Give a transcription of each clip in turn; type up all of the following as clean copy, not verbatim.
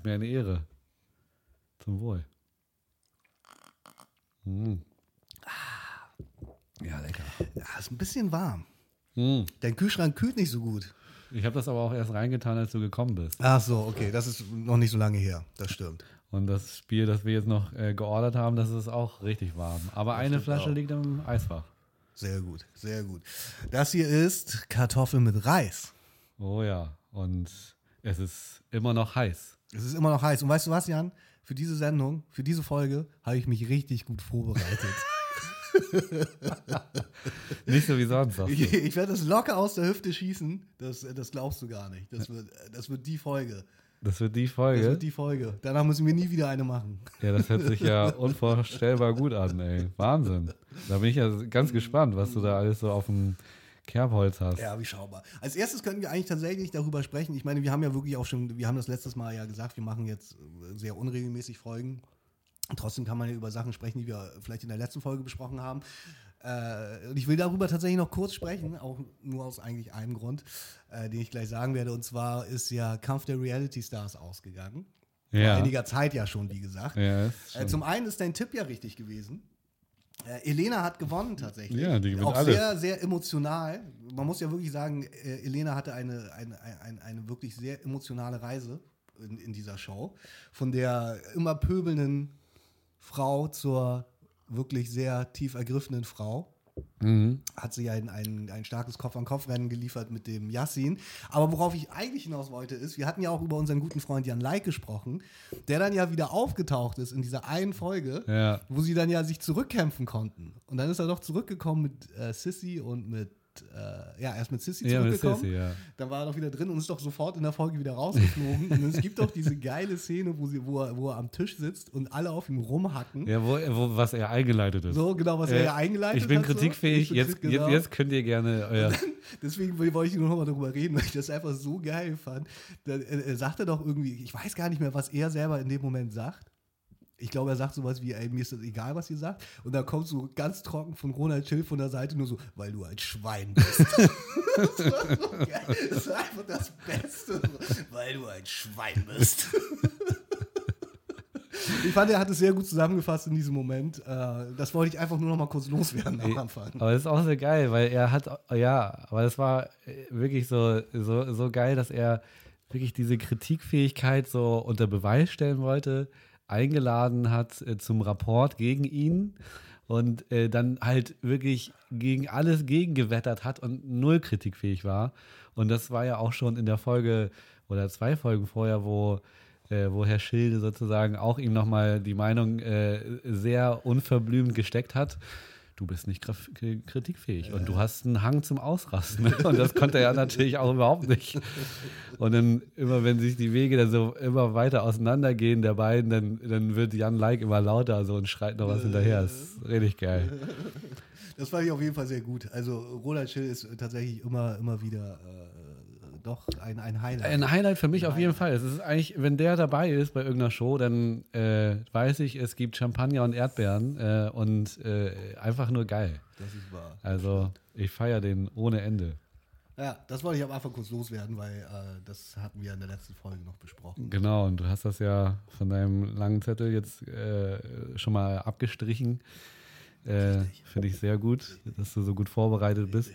mir eine Ehre. Zum Wohl. Ja, lecker. Ja, ist ein bisschen warm. Mm. Dein Kühlschrank kühlt nicht so gut. Ich habe das aber auch erst reingetan, als du gekommen bist. Ach so, okay, das ist noch nicht so lange her. Das stimmt. Und das Spiel, das wir jetzt noch geordert haben, das ist auch richtig warm. Aber Das eine stimmt Flasche auch. liegt im Eisfach. Sehr gut, sehr gut. Das hier ist Kartoffeln mit Reis. Oh ja, und es ist immer noch heiß. Es ist immer noch heiß. Und weißt du was, Jan? Für diese Sendung, für diese Folge habe ich mich richtig gut vorbereitet. Nicht so wie sonst. Sagst du. Ich werde das locker aus der Hüfte schießen. Das glaubst du gar nicht. Das wird die Folge. Das wird die Folge. Das wird die Folge. Danach müssen wir nie wieder eine machen. Ja, das hört sich ja unvorstellbar gut an, ey. Wahnsinn. Da bin ich ja ganz gespannt, was du da alles so auf dem Kerbholz hast. Ja, wie schaubar. Als erstes können wir eigentlich tatsächlich darüber sprechen. Ich meine, wir haben ja wirklich auch schon, wir haben das letztes Mal ja gesagt, wir machen jetzt sehr unregelmäßig Folgen. Und trotzdem kann man ja über Sachen sprechen, die wir vielleicht in der letzten Folge besprochen haben. Und ich will darüber tatsächlich noch kurz sprechen, auch nur aus eigentlich einem Grund, den ich gleich sagen werde. Und zwar ist ja Kampf der Reality Stars ausgegangen. Vor einiger Zeit ja schon, wie gesagt. Ja, ist schon. Zum einen ist dein Tipp ja richtig gewesen. Elena hat gewonnen tatsächlich. Ja, die gewinnt auch alles. sehr, sehr emotional. Man muss ja wirklich sagen, Elena hatte eine wirklich sehr emotionale Reise in dieser Show. Von der immer pöbelnden Frau zur wirklich sehr tief ergriffenen Frau. Hat sie ja ein starkes Kopf-an-Kopf-Rennen geliefert mit dem Yassin. Aber worauf ich eigentlich hinaus wollte, ist, wir hatten ja auch über unseren guten Freund Jan Like gesprochen, der dann ja wieder aufgetaucht ist in dieser einen Folge, Ja. wo sie dann ja sich zurückkämpfen konnten. Und dann ist er doch zurückgekommen mit Sissy und mit erst mit Sissy Ja, mit zurückgekommen. Sissy, ja. Dann war er doch wieder drin und ist doch sofort in der Folge wieder rausgeflogen. Und es gibt doch diese geile Szene, wo er am Tisch sitzt und alle auf ihm rumhacken. Ja, was er eingeleitet ist. So, genau, was er ja eingeleitet hat. Ich bin so. kritikfähig, Genau. jetzt könnt ihr gerne euer... Deswegen wollte ich nur noch mal darüber reden, weil ich das einfach so geil fand. Da sagt er doch irgendwie, ich weiß gar nicht mehr, was er selber in dem Moment sagt. Ich glaube, er sagt sowas wie, ey, mir ist das egal, was ihr sagt. Und dann kommt so ganz trocken von Ronald Schill von der Seite nur so, weil du ein Schwein bist. Das war so geil. Das war einfach das Beste. Weil du ein Schwein bist. Ich fand, er hat es sehr gut zusammengefasst in diesem Moment. Das wollte ich einfach nur noch mal kurz loswerden am Anfang. Aber das ist auch so geil, weil er hat, aber das war wirklich so geil, dass er wirklich diese Kritikfähigkeit so unter Beweis stellen wollte, eingeladen hat zum Rapport gegen ihn und dann halt wirklich gegen alles gegengewettert hat und null kritikfähig war. Und das war ja auch schon in der Folge oder 2 Folgen vorher, wo Herr Schilde sozusagen auch ihm nochmal die Meinung sehr unverblümt gesteckt hat. Du bist nicht kritikfähig und du hast einen Hang zum Ausrasten. Und das konnte er natürlich auch überhaupt nicht. Und dann immer, wenn sich die Wege dann so immer weiter auseinandergehen, der beiden, dann wird Jan Like immer lauter so und schreit noch was hinterher. Das ist richtig geil. Das fand ich auf jeden Fall sehr gut. Also Ronald Schill ist tatsächlich immer wieder doch ein Highlight. Ein Highlight für mich auf jeden Fall. Es ist eigentlich, wenn der dabei ist bei irgendeiner Show, dann weiß ich, es gibt Champagner und Erdbeeren und einfach nur geil. Das ist wahr. Also ich feiere den ohne Ende. Ja, das wollte ich am Anfang kurz loswerden, weil das hatten wir in der letzten Folge noch besprochen. Genau, und du hast das ja von deinem langen Zettel jetzt schon mal abgestrichen. Finde ich sehr gut, dass du so gut vorbereitet bist.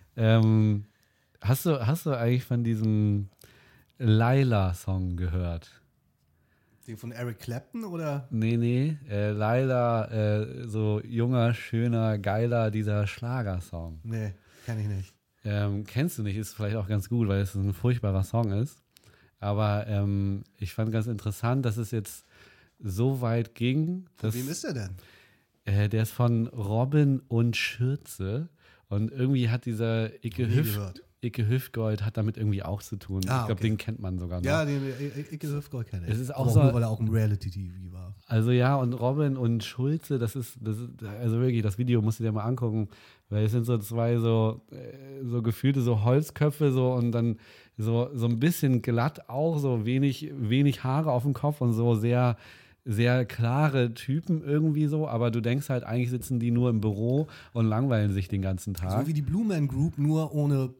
Hast du eigentlich von diesem Laila-Song gehört? Den von Eric Clapton oder? Nee. Laila, so junger, schöner, geiler, dieser Schlagersong. Nee, kenn ich nicht. Kennst du nicht, ist vielleicht auch ganz gut, weil es ein furchtbarer Song ist. Aber ich fand ganz interessant, dass es jetzt so weit ging. Von wem ist der denn? Der ist von Robin und Schürze. Und irgendwie hat dieser Icke Hüftgold hat damit irgendwie auch zu tun. Ich glaube, den kennt man sogar noch. Ja, den Icke Hüftgold kenne ich. Es ist auch aber so, nur, weil er auch im Reality-TV war. Also ja, und Robin und Schulze, das ist also wirklich, das Video musst du dir mal angucken, weil es sind so 2 so gefühlte so Holzköpfe so und dann so ein bisschen glatt auch, so wenig Haare auf dem Kopf und so sehr sehr klare Typen irgendwie so, aber du denkst halt, eigentlich sitzen die nur im Büro und langweilen sich den ganzen Tag. So wie die Blue Man Group, nur ohne Blau.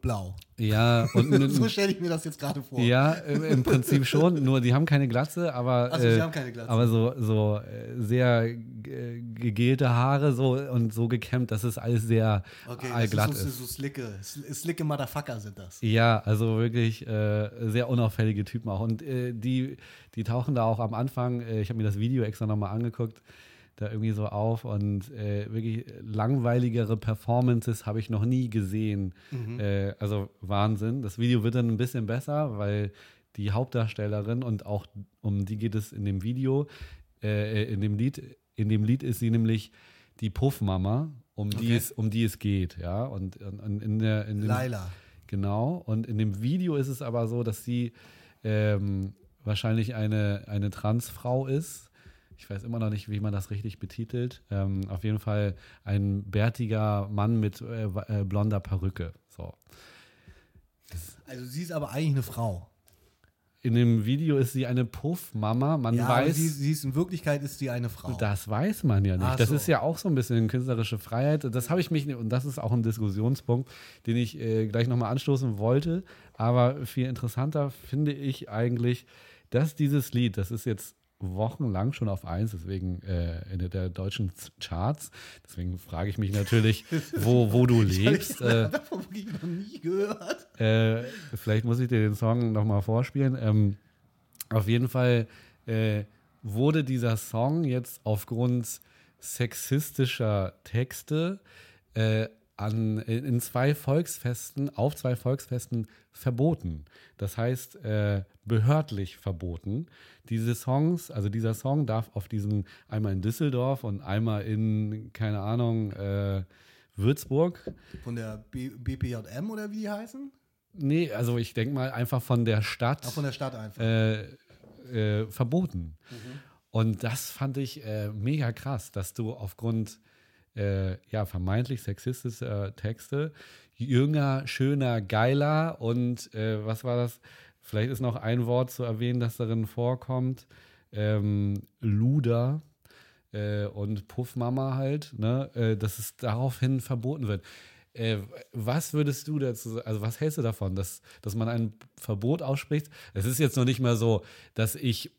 Ja, und So stelle ich mir das jetzt gerade vor. ja, im Prinzip schon, nur die haben keine Glatze, aber, Achso, sie haben keine Glatze. aber so sehr gegelte Haare so und so gekämmt, das ist alles sehr Okay, glatt das ist so slicke Motherfucker sind das. Ja, also wirklich sehr unauffällige Typen auch. Und die tauchen da auch am Anfang, ich habe mir das Video extra nochmal angeguckt, da irgendwie so auf und wirklich langweiligere Performances habe ich noch nie gesehen. Also Wahnsinn. Das Video wird dann ein bisschen besser, weil die Hauptdarstellerin und auch um die geht es in dem Video, in dem Lied ist sie nämlich die Puffmama, um die es geht, ja. Und in dem, Laila. Genau. Und in dem Video ist es aber so, dass sie wahrscheinlich eine Transfrau ist. Ich weiß immer noch nicht, wie man das richtig betitelt. Auf jeden Fall ein bärtiger Mann mit blonder Perücke. So. Also sie ist aber eigentlich eine Frau. In dem Video ist sie eine Puffmama. Man Ja, aber weiß, sie ist in Wirklichkeit ist sie eine Frau. das weiß man ja nicht. Ach Das so. ist ja auch so ein bisschen künstlerische Freiheit. Das habe ich mich, und das ist auch ein Diskussionspunkt, den ich gleich nochmal anstoßen wollte. Aber viel interessanter finde ich eigentlich, dass dieses Lied, das ist jetzt wochenlang schon auf 1, deswegen in der deutschen Charts. Deswegen frage ich mich natürlich, wo du lebst. Ich habe davon wirklich noch nie gehört. Vielleicht muss ich dir den Song nochmal vorspielen. Auf jeden Fall wurde dieser Song jetzt aufgrund sexistischer Texte auf zwei Volksfesten verboten. Das heißt, behördlich verboten. Dieser Song darf auf diesen, einmal in Düsseldorf und einmal in, keine Ahnung, Würzburg. Von der BPJM oder wie die heißen? Nee, also ich denke mal einfach von der Stadt. Von der Stadt einfach. Verboten. Und das fand ich mega krass, dass du aufgrund vermeintlich sexistischer Texte jünger, schöner, geiler und was war das? Vielleicht ist noch ein Wort zu erwähnen, das darin vorkommt. Luder und Puffmama halt, ne? Dass es daraufhin verboten wird. Was würdest du dazu, also was hältst du davon, dass man ein Verbot ausspricht? Es ist jetzt noch nicht mal so, dass ich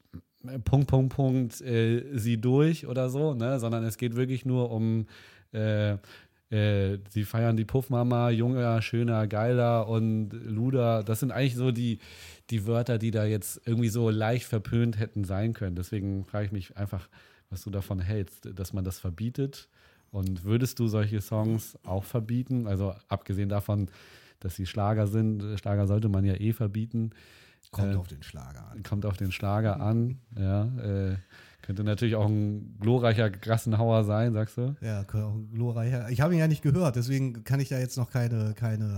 sie durch oder so, ne? Sondern es geht wirklich nur um sie feiern die Puffmama, junger, schöner, geiler und Luder. Das sind eigentlich so die Wörter, die da jetzt irgendwie so leicht verpönt hätten sein können. Deswegen frage ich mich einfach, was du davon hältst, dass man das verbietet. Und würdest du solche Songs auch verbieten? Also abgesehen davon, dass sie Schlager sind. Schlager sollte man ja verbieten. Kommt auf den Schlager an. Kommt auf den Schlager an, ja. Könnte natürlich auch ein glorreicher Grassenhauer sein, sagst du? Ja, könnte auch ein glorreicher. Ich habe ihn ja nicht gehört, deswegen kann ich da jetzt noch keine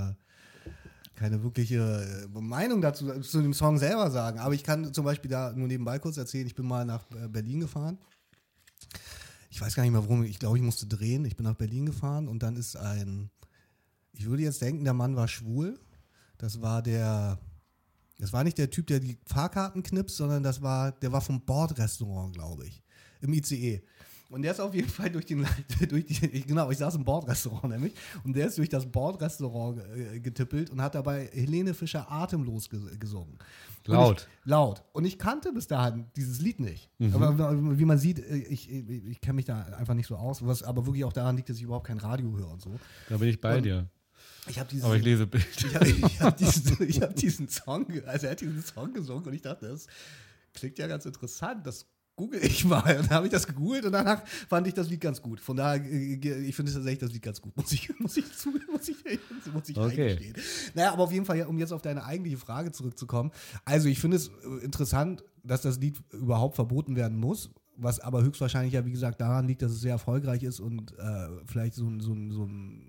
wirkliche Meinung dazu zu dem Song selber sagen. Aber ich kann zum Beispiel da nur nebenbei kurz erzählen, ich bin mal nach Berlin gefahren. Ich weiß gar nicht mehr warum, ich glaube, ich musste drehen. Ich bin nach Berlin gefahren und dann ist ich würde jetzt denken, der Mann war schwul. Das war nicht der Typ, der die Fahrkarten knipst, sondern der war vom Bordrestaurant, glaube ich, im ICE. Und der ist auf jeden Fall genau, ich saß im Bordrestaurant nämlich, und der ist durch das Bordrestaurant getippelt und hat dabei Helene Fischer Atemlos gesungen. Laut. Laut. Und ich kannte bis dahin dieses Lied nicht. Aber wie man sieht, ich kenne mich da einfach nicht so aus, was aber wirklich auch daran liegt, dass ich überhaupt kein Radio höre und so. Da bin ich bei dir. Aber ich lese Bild. Ich hab diesen Song, also er hat diesen Song gesungen und ich dachte, das klingt ja ganz interessant, das google ich mal. Und dann habe ich das gegoogelt und danach fand ich das Lied ganz gut. Von daher, ich finde tatsächlich das Lied ganz gut, muss ich Okay. eingestehen. Naja, aber auf jeden Fall, um jetzt auf deine eigentliche Frage zurückzukommen, also ich finde es interessant, dass das Lied überhaupt verboten werden muss, was aber höchstwahrscheinlich ja, wie gesagt, daran liegt, dass es sehr erfolgreich ist und vielleicht so ein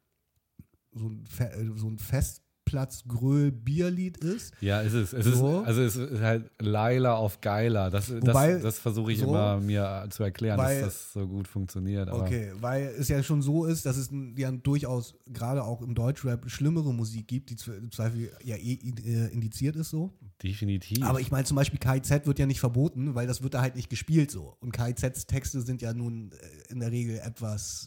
Festplatz-Gröl-Bierlied ist. Ja, es ist halt Laila auf Geiler. Das versuche ich immer mir zu erklären, dass das so gut funktioniert. Aber okay, weil es ja schon so ist, dass es ja durchaus gerade auch im Deutschrap schlimmere Musik gibt, die im Zweifel ja indiziert ist so. Definitiv. Aber ich meine zum Beispiel KIZ wird ja nicht verboten, weil das wird da halt nicht gespielt so. Und KIZs Texte sind ja nun in der Regel etwas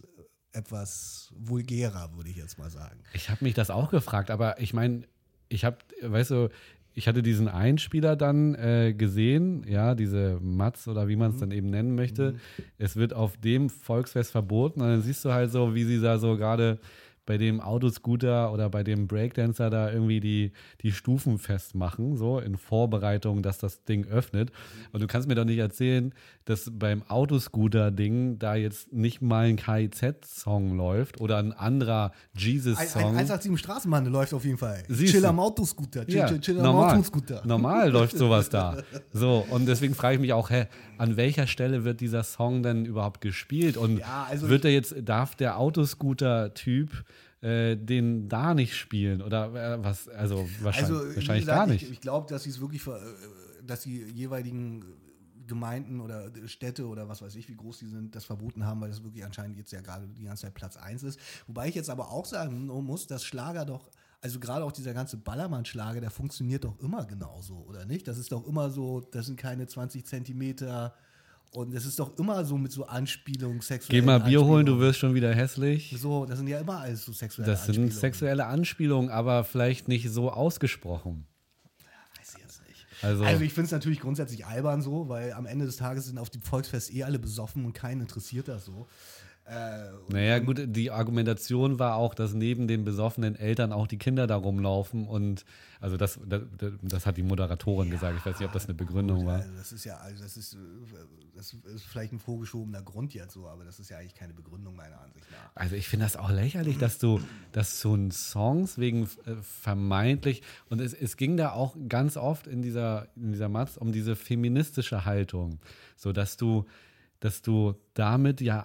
etwas vulgärer, würde ich jetzt mal sagen. Ich habe mich das auch gefragt, aber ich meine, weißt du, ich hatte diesen Einspieler dann gesehen, ja, diese Matz oder wie man es dann eben nennen möchte. Es wird auf dem Volksfest verboten und dann siehst du halt so, wie sie da so gerade bei dem Autoscooter oder bei dem Breakdancer da irgendwie die Stufen festmachen, so in Vorbereitung, dass das Ding öffnet. Und du kannst mir doch nicht erzählen, dass beim Autoscooter-Ding da jetzt nicht mal ein KIZ-Song läuft oder ein anderer Jesus-Song. 187 Straßenbahn läuft auf jeden Fall. Siehst Chill du? am Autoscooter. Chill am normal. Autoscooter. Normal läuft sowas da. So, und deswegen frage ich mich auch, an welcher Stelle wird dieser Song denn überhaupt gespielt? Und Ja, also darf der Autoscooter-Typ den da nicht spielen? Oder was? Also wahrscheinlich wie gesagt, gar nicht. Ich glaube, dass sie es wirklich, dass die jeweiligen Gemeinden oder Städte oder was weiß ich, wie groß die sind, das verboten haben, weil das wirklich anscheinend jetzt ja gerade die ganze Zeit Platz 1 ist. Wobei ich jetzt aber auch sagen muss, dass Schlager doch, also gerade auch dieser ganze Ballermann-Schlager, der funktioniert doch immer genauso, oder nicht? Das ist doch immer so, das sind keine 20 Zentimeter und es ist doch immer so mit so Anspielungen, sexuellen Geh mal Bier holen, du Anspielungen. wirst schon wieder hässlich. So, das sind ja immer alles so sexuelle Das Anspielungen. sind sexuelle Anspielungen, aber vielleicht nicht so ausgesprochen. Weiß ich jetzt nicht. Also Ich finde es natürlich grundsätzlich albern so, weil am Ende des Tages sind auf dem Volksfest alle besoffen und keinen interessiert das so. Naja, gut, die Argumentation war auch, dass neben den besoffenen Eltern auch die Kinder da rumlaufen und also das hat die Moderatorin gesagt. Ich weiß nicht, ob das eine Begründung war. Also das ist vielleicht ein vorgeschobener Grund jetzt so, aber das ist ja eigentlich keine Begründung meiner Ansicht nach. Also ich finde das auch lächerlich, dass so ein Songs wegen vermeintlich, und es ging da auch ganz oft in dieser Matz um diese feministische Haltung, so dass du damit ja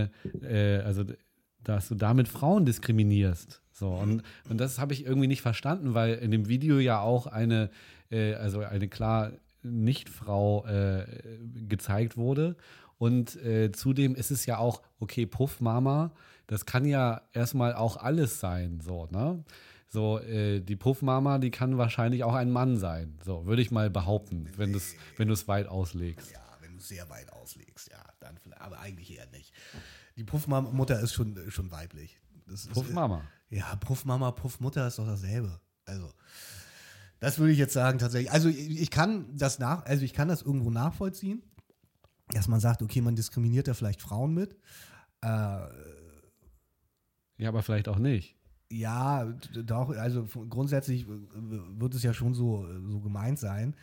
dass du damit Frauen diskriminierst. So, und das habe ich irgendwie nicht verstanden, weil in dem Video ja auch eine klar Nicht-Frau gezeigt wurde. Und zudem ist es ja auch, okay, Puffmama, das kann ja erstmal auch alles sein, so, ne? So, die Puffmama, die kann wahrscheinlich auch ein Mann sein. So, würde ich mal behaupten, wenn du es weit auslegst. Ja, wenn du es sehr weit auslegst, ja, dann vielleicht, aber eigentlich eher nicht. Die Puffmutter ist schon weiblich. Puffmama. Ja, Puffmama, Puffmutter ist doch dasselbe. Also, das würde ich jetzt sagen tatsächlich. Also, ich kann das irgendwo nachvollziehen, dass man sagt, okay, man diskriminiert da vielleicht Frauen mit. Ja, aber vielleicht auch nicht. Ja, doch, also grundsätzlich wird es ja schon so gemeint sein.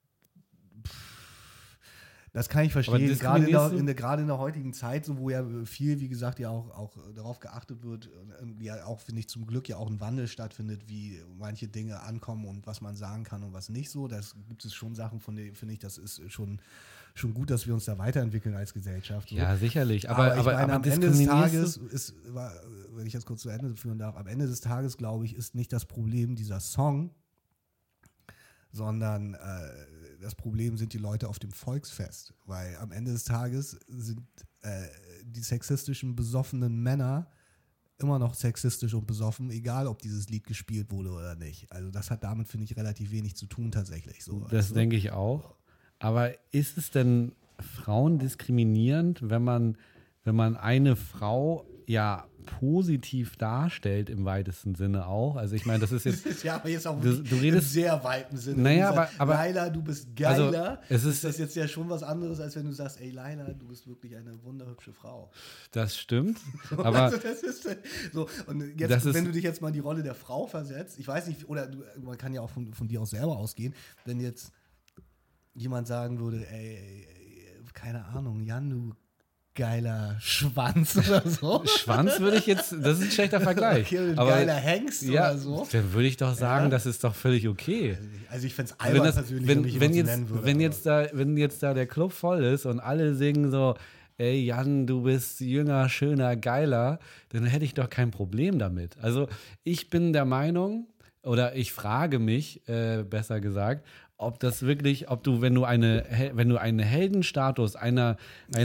Das kann ich verstehen, gerade in der heutigen Zeit, so, wo ja viel, wie gesagt, ja auch darauf geachtet wird, ja auch, finde ich, zum Glück ja auch ein Wandel stattfindet, wie manche Dinge ankommen und was man sagen kann und was nicht so. Das gibt es schon Sachen, von denen, finde ich, das ist schon gut, dass wir uns da weiterentwickeln als Gesellschaft. So. Ja, sicherlich. Aber ich meine, am Ende des Tages du? wenn ich das kurz zu Ende führen darf, am Ende des Tages, glaube ich, ist nicht das Problem dieser Song, sondern das Problem sind die Leute auf dem Volksfest, weil am Ende des Tages sind die sexistischen, besoffenen Männer immer noch sexistisch und besoffen, egal ob dieses Lied gespielt wurde oder nicht. Also das hat damit, finde ich, relativ wenig zu tun tatsächlich. So. Das denke ich auch. Aber ist es denn frauendiskriminierend, wenn man eine Frau ja positiv darstellt im weitesten Sinne auch? Also ich meine, das ist jetzt... Das ist ja aber jetzt auch du redest, im sehr weiten Sinne. Naja, aber Laila, du bist geiler. Also, ist das jetzt ja schon was anderes, als wenn du sagst, ey Laila, du bist wirklich eine wunderhübsche Frau. Das stimmt. Aber also das ist so. Und jetzt, wenn du dich jetzt mal in die Rolle der Frau versetzt, ich weiß nicht, oder man kann ja auch von dir aus selber ausgehen, wenn jetzt jemand sagen würde, ey, keine Ahnung, Jan, du geiler Schwanz oder so. Schwanz würde ich jetzt, das ist ein schlechter Vergleich. Okay, aber geiler Hengst oder so. Dann würde ich doch sagen, das ist doch völlig okay. Also ich fände es albern persönlich, wenn jetzt da der Club voll ist und alle singen so, ey Jan, du bist jünger, schöner, geiler, dann hätte ich doch kein Problem damit. Also ich bin der Meinung, oder ich frage mich, besser gesagt, ob das wirklich, wenn du einen Heldenstatus einer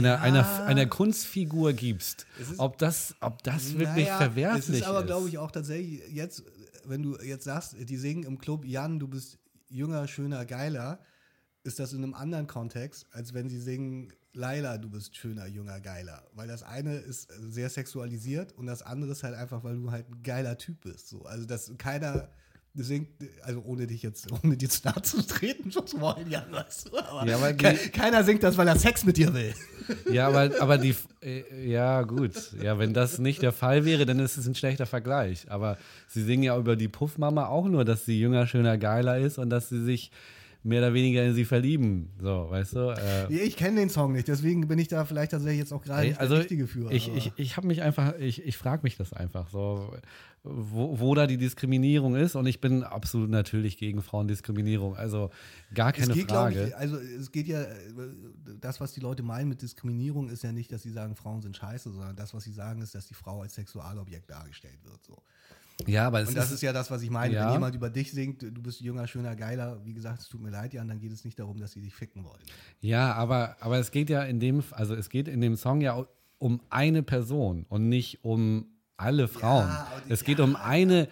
Kunstfigur gibst, ob das wirklich verwerflich ist. Es ist aber, glaube ich, auch tatsächlich jetzt, wenn du jetzt sagst, die singen im Club, Jan, du bist jünger, schöner, geiler, ist das in einem anderen Kontext, als wenn sie singen, Laila, du bist schöner, junger, geiler. Weil das eine ist sehr sexualisiert und das andere ist halt einfach, weil du halt ein geiler Typ bist. So. Also, dass keiner singt, also ohne dir zu nahe zu treten, schon zu wollen, Jan, weißt du, aber Ja, aber keiner singt das, weil er Sex mit dir will. Ja, aber ja, gut. Ja, wenn das nicht der Fall wäre, dann ist es ein schlechter Vergleich. Aber sie singen ja über die Puffmama auch nur, dass sie jünger, schöner, geiler ist und dass sie sich mehr oder weniger in sie verlieben. So, weißt du? Ich kenne den Song nicht, deswegen bin ich da vielleicht tatsächlich jetzt auch gerade nicht der Richtige für. Ich habe mich einfach, ich frage mich das einfach so, wo da die Diskriminierung ist und ich bin absolut natürlich gegen Frauendiskriminierung. Also gar keine Frage. Es geht ja, das, was die Leute meinen mit Diskriminierung, ist ja nicht, dass sie sagen, Frauen sind scheiße, sondern das, was sie sagen, ist, dass die Frau als Sexualobjekt dargestellt wird. So. Ja, aber und das ist ja das, was ich meine. Ja. Wenn jemand über dich singt, du bist jünger, schöner, geiler, wie gesagt, es tut mir leid, Jan, dann geht es nicht darum, dass sie dich ficken wollen. Ja, aber es geht ja es geht in dem Song ja um eine Person und nicht um alle Frauen. Es geht um eine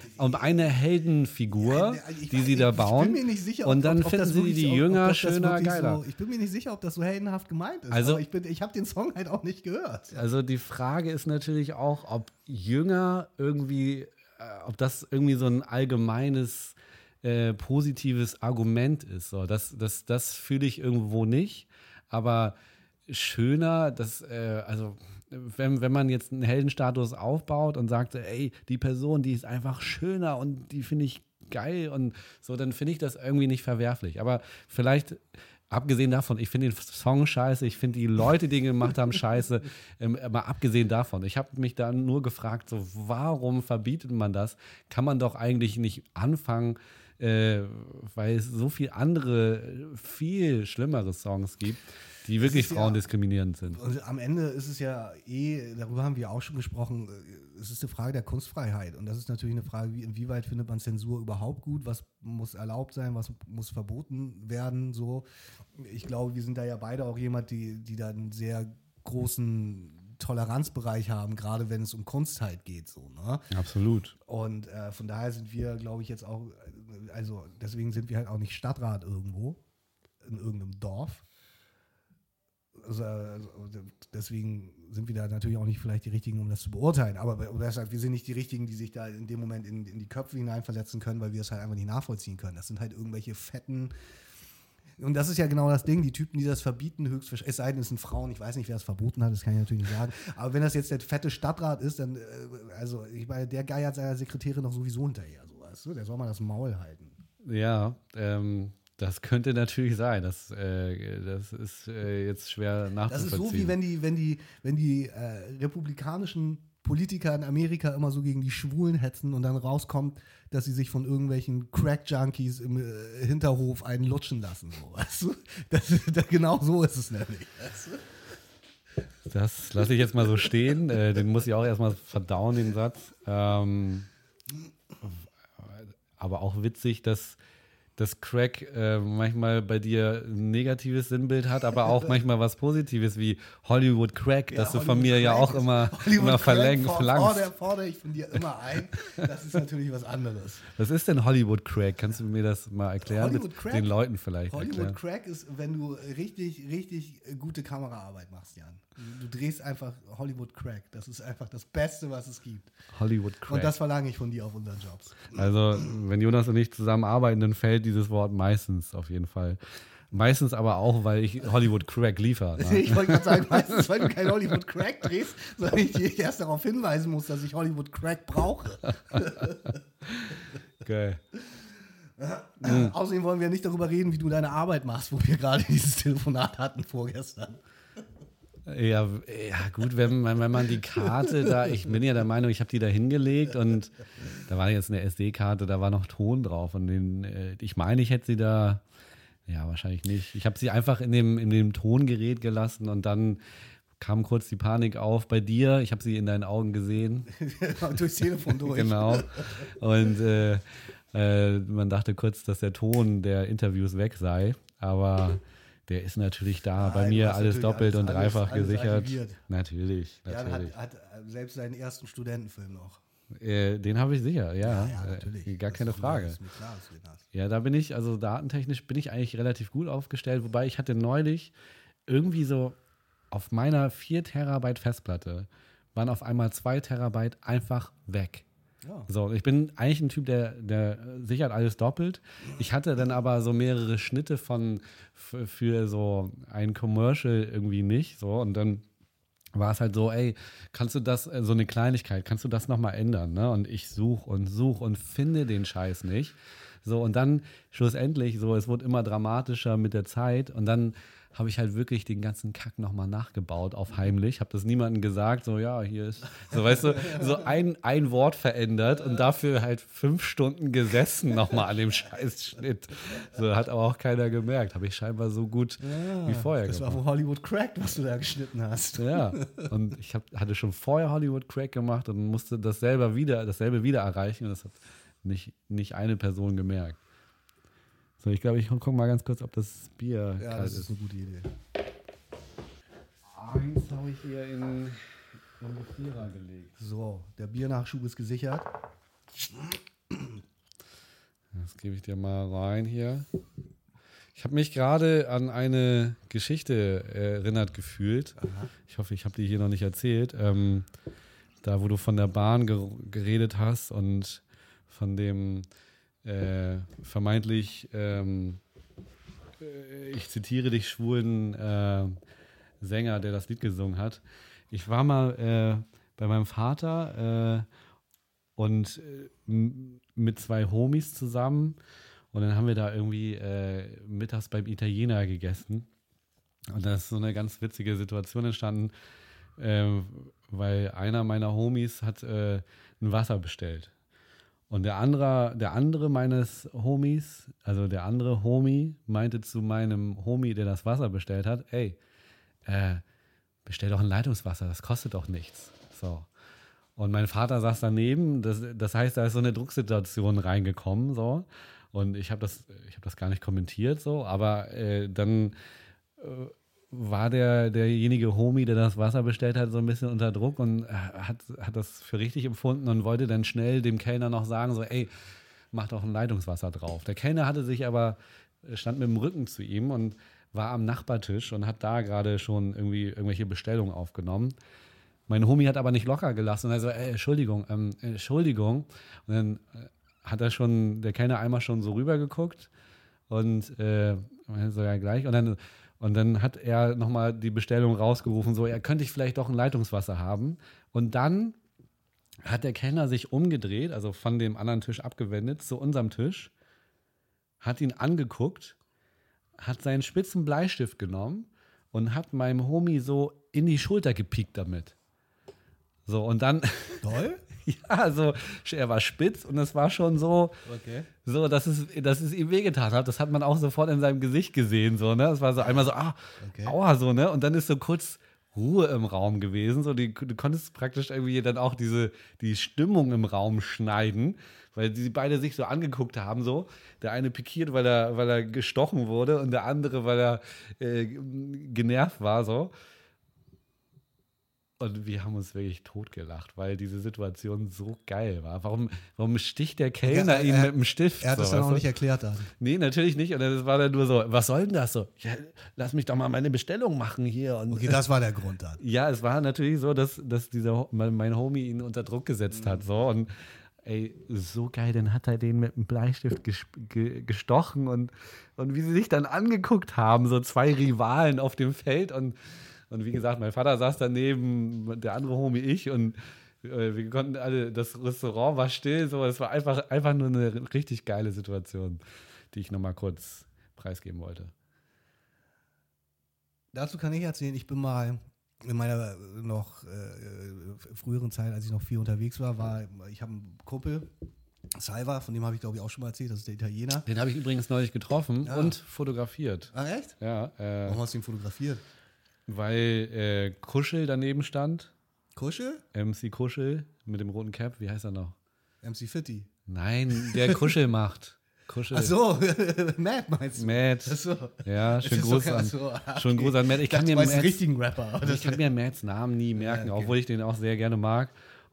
Heldenfigur, die sie da bauen. Ich bin mir nicht sicher, und dann finden sie die jünger, schöner, geiler. Ich bin mir nicht sicher, ob das so heldenhaft gemeint ist. Also, aber ich habe den Song halt auch nicht gehört. Also die Frage ist natürlich auch, ob jünger irgendwie, ob das irgendwie so ein allgemeines positives Argument ist. So, das fühle ich irgendwo nicht. Aber schöner, also wenn man jetzt einen Heldenstatus aufbaut und sagt, ey, die Person, die ist einfach schöner und die finde ich geil und so, dann finde ich das irgendwie nicht verwerflich. Aber vielleicht, abgesehen davon, ich finde den Song scheiße, ich finde die Leute, die ihn gemacht haben, scheiße, mal abgesehen davon. Ich habe mich da nur gefragt, so, warum verbietet man das? Kann man doch eigentlich nicht anfangen, weil es so viele andere, viel schlimmere Songs gibt, die wirklich frauendiskriminierend sind. Und am Ende ist es ja darüber haben wir auch schon gesprochen, es ist eine Frage der Kunstfreiheit. Und das ist natürlich eine Frage, inwieweit findet man Zensur überhaupt gut? Was muss erlaubt sein? Was muss verboten werden? So. Ich glaube, wir sind da ja beide auch jemand, die da einen sehr großen Toleranzbereich haben, gerade wenn es um Kunst halt geht. So, ne? Absolut. Und von daher sind wir, glaube ich, jetzt auch, also deswegen sind wir halt auch nicht Stadtrat irgendwo, in irgendeinem Dorf. Also deswegen sind wir da natürlich auch nicht vielleicht die Richtigen, um das zu beurteilen. Aber deshalb, wir sind nicht die Richtigen, die sich da in dem Moment in die Köpfe hineinversetzen können, weil wir es halt einfach nicht nachvollziehen können. Das sind halt irgendwelche fetten. Und das ist ja genau das Ding, die Typen, die das verbieten, höchstwahrscheinlich, es sei denn, es sind Frauen, ich weiß nicht, wer es verboten hat, das kann ich natürlich nicht sagen. Aber wenn das jetzt der fette Stadtrat ist, dann, also ich meine, der geiert seiner Sekretärin doch sowieso hinterher, so, weißt du? Der soll mal das Maul halten. Ja, das könnte natürlich sein. Das ist jetzt schwer nachzuvollziehen. Das ist so, wie wenn die republikanischen Politiker in Amerika immer so gegen die Schwulen hetzen und dann rauskommt, dass sie sich von irgendwelchen Crack-Junkies im Hinterhof einen lutschen lassen. So, weißt du? Genau so ist es nämlich. Weißt du? Das lasse ich jetzt mal so stehen. Den muss ich auch erstmal verdauen, den Satz. Aber auch witzig, dass das Crack manchmal bei dir ein negatives Sinnbild hat, aber auch manchmal was Positives wie Hollywood Crack, das du von mir ja auch immer verlangst. Fordere ich von dir immer ein. Das ist natürlich was anderes. Was ist denn Hollywood Crack? Kannst du mir das mal erklären? Hollywood Crack? Den Leuten vielleicht Hollywood Crack ist, wenn du richtig, richtig gute Kameraarbeit machst, Jan. Du drehst einfach Hollywood Crack. Das ist einfach das Beste, was es gibt. Hollywood Crack. Und das verlange ich von dir auf unseren Jobs. Also, wenn Jonas und ich zusammenarbeiten, dann fällt dieses Wort meistens auf jeden Fall. Meistens aber auch, weil ich Hollywood Crack liefere. Ne? Ich wollte gerade sagen, meistens, weil du kein Hollywood Crack drehst, sondern ich dich erst darauf hinweisen muss, dass ich Hollywood Crack brauche. Geil. Außerdem wollen wir nicht darüber reden, wie du deine Arbeit machst, wo wir gerade dieses Telefonat hatten vorgestern. Ja, gut, wenn man die Karte da, ich bin ja der Meinung, ich habe die da hingelegt und da war jetzt eine SD-Karte, da war noch Ton drauf und ich meine, ich hätte sie da, ja, wahrscheinlich nicht. Ich habe sie einfach in dem Tongerät gelassen und dann kam kurz die Panik auf bei dir. Ich habe sie in deinen Augen gesehen. Durchs Telefon durch. Genau. Und man dachte kurz, dass der Ton der Interviews weg sei, aber der ist natürlich da. Bei mir alles doppelt und dreifach gesichert. Archiviert. Natürlich. Jan hat selbst seinen ersten Studentenfilm noch. Den habe ich sicher, ja. Ja, natürlich. Gar keine Frage. Ist mir klar, dass du den hast. Ja, da bin ich, also datentechnisch bin ich eigentlich relativ gut aufgestellt, wobei ich hatte neulich irgendwie so auf meiner 4 Terabyte Festplatte waren auf einmal 2 Terabyte einfach weg. Ja. So, ich bin eigentlich ein Typ, der sichert alles doppelt. Ich hatte dann aber so mehrere Schnitte für so ein Commercial irgendwie nicht. So, und dann war es halt so, ey, kannst du das, so eine Kleinigkeit, kannst du das nochmal ändern? Ne? Und ich suche und finde den Scheiß nicht. So, und dann schlussendlich, so, es wurde immer dramatischer mit der Zeit und dann habe ich halt wirklich den ganzen Kack nochmal nachgebaut auf heimlich, habe das niemandem gesagt, so, ja, hier ist, so, weißt du, so ein Wort verändert und dafür halt 5 Stunden gesessen nochmal an dem Scheißschnitt. So, hat aber auch keiner gemerkt, habe ich scheinbar so gut wie vorher Das gemacht. war Hollywood Cracked, was du da geschnitten hast. Ja, und ich hatte schon vorher Hollywood Crack gemacht und musste dasselbe wieder erreichen und das hat nicht eine Person gemerkt. So, ich glaube, ich gucke mal ganz kurz, ob das Bier Ja, kalt das ist eine gute Idee. Eins habe ich hier in den Vierer gelegt. So, der Biernachschub ist gesichert. Das gebe ich dir mal rein hier. Ich habe mich gerade an eine Geschichte erinnert gefühlt. Aha. Ich hoffe, ich habe die hier noch nicht erzählt. Da, wo du von der Bahn geredet hast und von dem vermeintlich, ich zitiere dich, schwulen Sänger, der das Lied gesungen hat. Ich war mal bei meinem Vater und mit 2 Homies zusammen und dann haben wir da irgendwie mittags beim Italiener gegessen und da ist so eine ganz witzige Situation entstanden, weil einer meiner Homies hat ein Wasser bestellt. Und der andere meines Homies, also der andere Homie, meinte zu meinem Homie, der das Wasser bestellt hat, ey, bestell doch ein Leitungswasser, das kostet doch nichts. So. Und mein Vater saß daneben, das heißt, da ist so eine Drucksituation reingekommen, so. Und ich hab das gar nicht kommentiert, so, aber dann war derjenige Homie, der das Wasser bestellt hat, so ein bisschen unter Druck und hat das für richtig empfunden und wollte dann schnell dem Kellner noch sagen, so, ey, mach doch ein Leitungswasser drauf. Der Kellner stand mit dem Rücken zu ihm und war am Nachbartisch und hat da gerade schon irgendwie irgendwelche Bestellungen aufgenommen. Mein Homie hat aber nicht locker gelassen und er so, ey, Entschuldigung. Und dann hat der Kellner einmal schon so rübergeguckt und so, ja, gleich. Und dann hat er nochmal die Bestellung rausgerufen, so, ja, könnte ich vielleicht doch ein Leitungswasser haben? Und dann hat der Kellner sich umgedreht, also von dem anderen Tisch abgewendet, zu unserem Tisch, hat ihn angeguckt, hat seinen spitzen Bleistift genommen und hat meinem Homie so in die Schulter gepiekt damit. So, und dann... Toll? Ja, so, er war spitz und es war schon so, Okay. so dass es ihm wehgetan hat. Das hat man auch sofort in seinem Gesicht gesehen, so, ne? Es war so einmal so, Okay. aua, so, ne? Und dann ist so kurz Ruhe im Raum gewesen. So, du konntest praktisch irgendwie dann auch die Stimmung im Raum schneiden, weil die beide sich so angeguckt haben, so. Der eine pikiert, weil er gestochen wurde und der andere, weil er genervt war, so. Und wir haben uns wirklich totgelacht, weil diese Situation so geil war. Warum sticht der Kellner ihn mit dem Stift? Er hat das so, dann weißt auch du? nicht erklärt dann. Nee, natürlich nicht. Und es war dann nur so, was soll denn das so? Ja, lass mich doch mal meine Bestellung machen hier. Und Okay, das war der Grund dann. ja, es war natürlich so, dass mein Homie ihn unter Druck gesetzt hat. So. Und ey, so geil, dann hat er den mit einem Bleistift gestochen und wie sie sich dann angeguckt haben, so 2 Rivalen auf dem Feld und wie gesagt, mein Vater saß daneben, der andere Homie ich und wir konnten alle, das Restaurant war still, so, es war einfach nur eine richtig geile Situation, die ich nochmal kurz preisgeben wollte. Dazu kann ich erzählen, ich bin mal in meiner noch früheren Zeit, als ich noch viel unterwegs war, ich habe einen Kumpel, Salva, von dem habe ich glaube ich auch schon mal erzählt, das ist der Italiener. Den habe ich übrigens neulich getroffen und fotografiert. Ah, echt? Ja, Warum hast du ihn fotografiert? weil Kuschel daneben stand, Kuschel? MC Kuschel mit dem roten Cap, wie heißt er noch? MC Fitti. Nein, der Kuschel macht. Kuschel. Ach so, Matt meinst du? Matt. Ach so. Ja, schönen Das ist Gruß doch- an. ach so, okay. Schönen Gruß an Matt. Ich kann mir einen richtigen Rapper. Mats Namen nie merken, Ja, okay. obwohl ich den auch sehr gerne mag.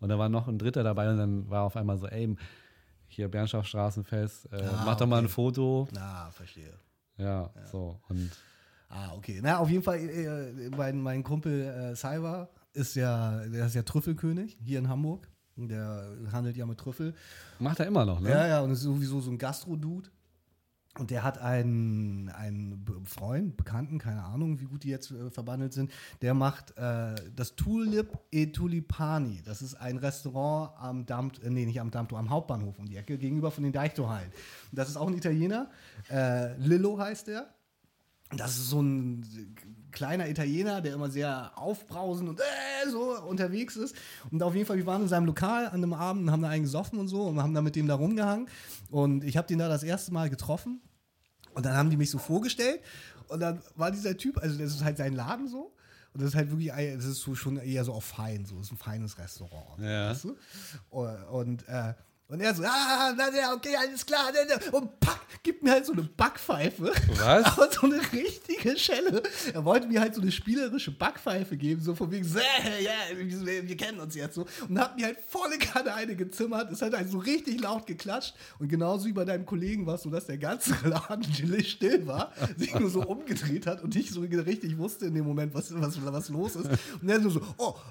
Und da war noch ein Dritter dabei und dann war auf einmal so, ey, hier Bernschaftsstraßenfest, mach doch mal ein Foto. Verstehe. Ja, so. Und Okay. Na, auf jeden Fall, mein Kumpel Cyber der ist ja Trüffelkönig hier in Hamburg. Der handelt ja mit Trüffel. macht er immer noch, ne? Ja, und ist sowieso so ein Gastro-Dude. Und der hat einen Freund, Bekannten, keine Ahnung, wie gut die jetzt verbandelt sind, der macht das Tulip e Tulipani. Das ist ein Restaurant am am Hauptbahnhof um die Ecke, gegenüber von den Deichtorhallen. Und das ist auch ein Italiener, Lillo heißt der. Das ist so ein kleiner Italiener, der immer sehr aufbrausend und so unterwegs ist. Und auf jeden Fall, wir waren in seinem Lokal an einem Abend und haben da einen gesoffen und so und haben da mit dem da rumgehangen. Und ich habe den da das erste Mal getroffen. Und dann haben die mich so vorgestellt. Und dann war dieser Typ, also das ist halt sein Laden so. Und das ist halt wirklich, das ist so schon eher so auf fein, so. Das ist ein feines Restaurant. Ja. Weißt du? Und er so, okay, alles klar. Und pack, gibt mir halt so eine Backpfeife. Was? Aber so eine richtige Schelle. Er wollte mir halt so eine spielerische Backpfeife geben, so von wegen, wir kennen uns jetzt so. Und hat mir halt volle Kanne eine gezimmert. Es hat halt so richtig laut geklatscht. Und genauso wie bei deinem Kollegen war es so, dass der ganze Laden still war, sich nur so umgedreht hat und nicht so richtig wusste in dem Moment, was los ist. Und er so,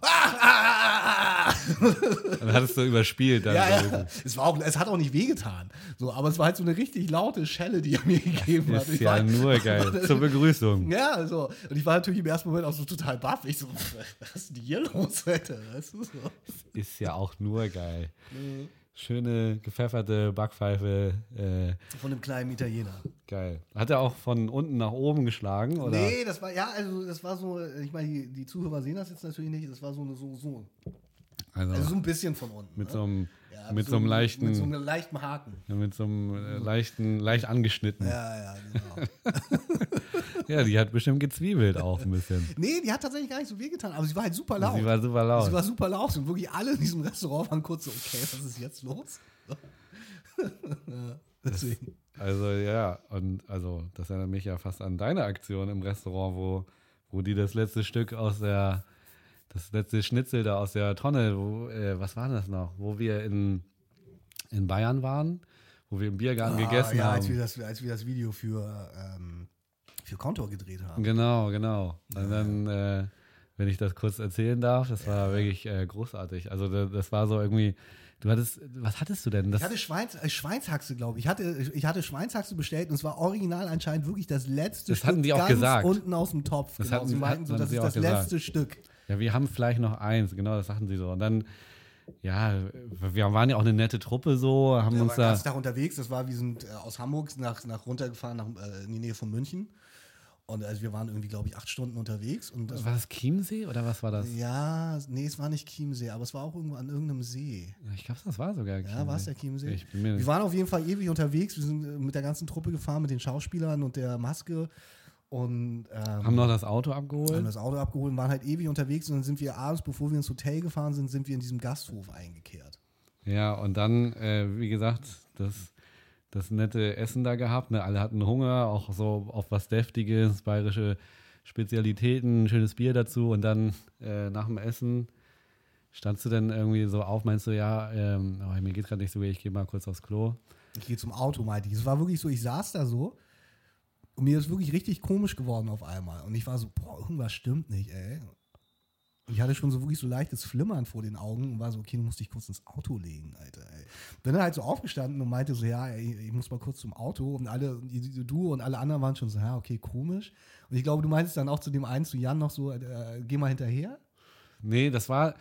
Dann hattest du überspielt. Dann ja. Es hat auch nicht wehgetan. So, aber es war halt so eine richtig laute Schelle, die er mir gegeben hat. Ist ja nur geil. Zur Begrüßung. Ja, so. Und ich war natürlich im ersten Moment auch so total baff. Ich so, was ist denn hier los, Alter? Weißt du, so. Ist ja auch nur geil. Schöne, gepfefferte Backpfeife. Von einem kleinen Italiener. Geil. Hat er auch von unten nach oben geschlagen? Oder? Nee, das war so, ich meine, die Zuhörer sehen das jetzt natürlich nicht, das war so. Also so ein bisschen von unten. Mit ne? so einem Mit so einem leichten Haken. Ja, mit so einem leicht angeschnitten. Ja, genau. Ja, die hat bestimmt gezwiebelt auch ein bisschen. Nee, die hat tatsächlich gar nicht so wehgetan, aber sie war halt super laut. Sie war super laut. Sie war super laut und wirklich alle in diesem Restaurant waren kurz so, okay, was ist jetzt los? Ja, deswegen. Also ja, und also das erinnert mich ja fast an deine Aktion im Restaurant, wo die das letzte Schnitzel da aus der Tonne, was war das noch? Wo wir in Bayern waren, wo wir im Biergarten gegessen haben. Als wir das Video für Kontor gedreht haben. Genau. Und dann, wenn ich das kurz erzählen darf, das war wirklich großartig. Also das war so irgendwie, was hattest du denn? Ich hatte Schweinshaxe, glaube ich. Ich hatte Schweinshaxe bestellt und es war original anscheinend wirklich das letzte Stück. Das hatten die auch ganz gesagt. Unten aus dem Topf. Das genau. Sie meinten so, das ist das letzte Stück. Ja, wir haben vielleicht noch eins, genau, das sagten sie so. Und dann, ja, wir waren ja auch eine nette Truppe so, haben uns da... Wir waren da... den ganzen Tag unterwegs, wir sind aus Hamburg nach runtergefahren in die Nähe von München. Und also wir waren irgendwie, glaube ich, 8 Stunden unterwegs. Und war das Chiemsee oder was war das? Ja, nee, es war nicht Chiemsee, aber es war auch irgendwo an irgendeinem See. Ich glaube, das war sogar Chiemsee. Ja, war es der Chiemsee? Wir waren auf jeden Fall ewig unterwegs. Wir sind mit der ganzen Truppe gefahren, mit den Schauspielern und der Maske. Und haben noch das Auto abgeholt? Und waren halt ewig unterwegs. Und dann sind wir abends, bevor wir ins Hotel gefahren sind, wir in diesem Gasthof eingekehrt. Ja, und dann, wie gesagt, das nette Essen da gehabt. Ne? Alle hatten Hunger, auch so auf was Deftiges, bayerische Spezialitäten, schönes Bier dazu. Und dann nach dem Essen standst du dann irgendwie so auf, meinst du, mir geht gerade nicht so gut, ich gehe mal kurz aufs Klo. Ich gehe zum Auto, meinte ich. Es war wirklich so, ich saß da so und mir ist wirklich richtig komisch geworden auf einmal. Und ich war so, irgendwas stimmt nicht, ey. Und ich hatte schon so wirklich so leichtes Flimmern vor den Augen und war so, okay, du musst dich kurz ins Auto legen, Alter, ey. Bin dann halt so aufgestanden und meinte so, ja, ey, ich muss mal kurz zum Auto. Und du und alle anderen waren schon so, ja, okay, komisch. Und ich glaube, du meintest dann auch zu dem einen, zu Jan noch so, geh mal hinterher. Ich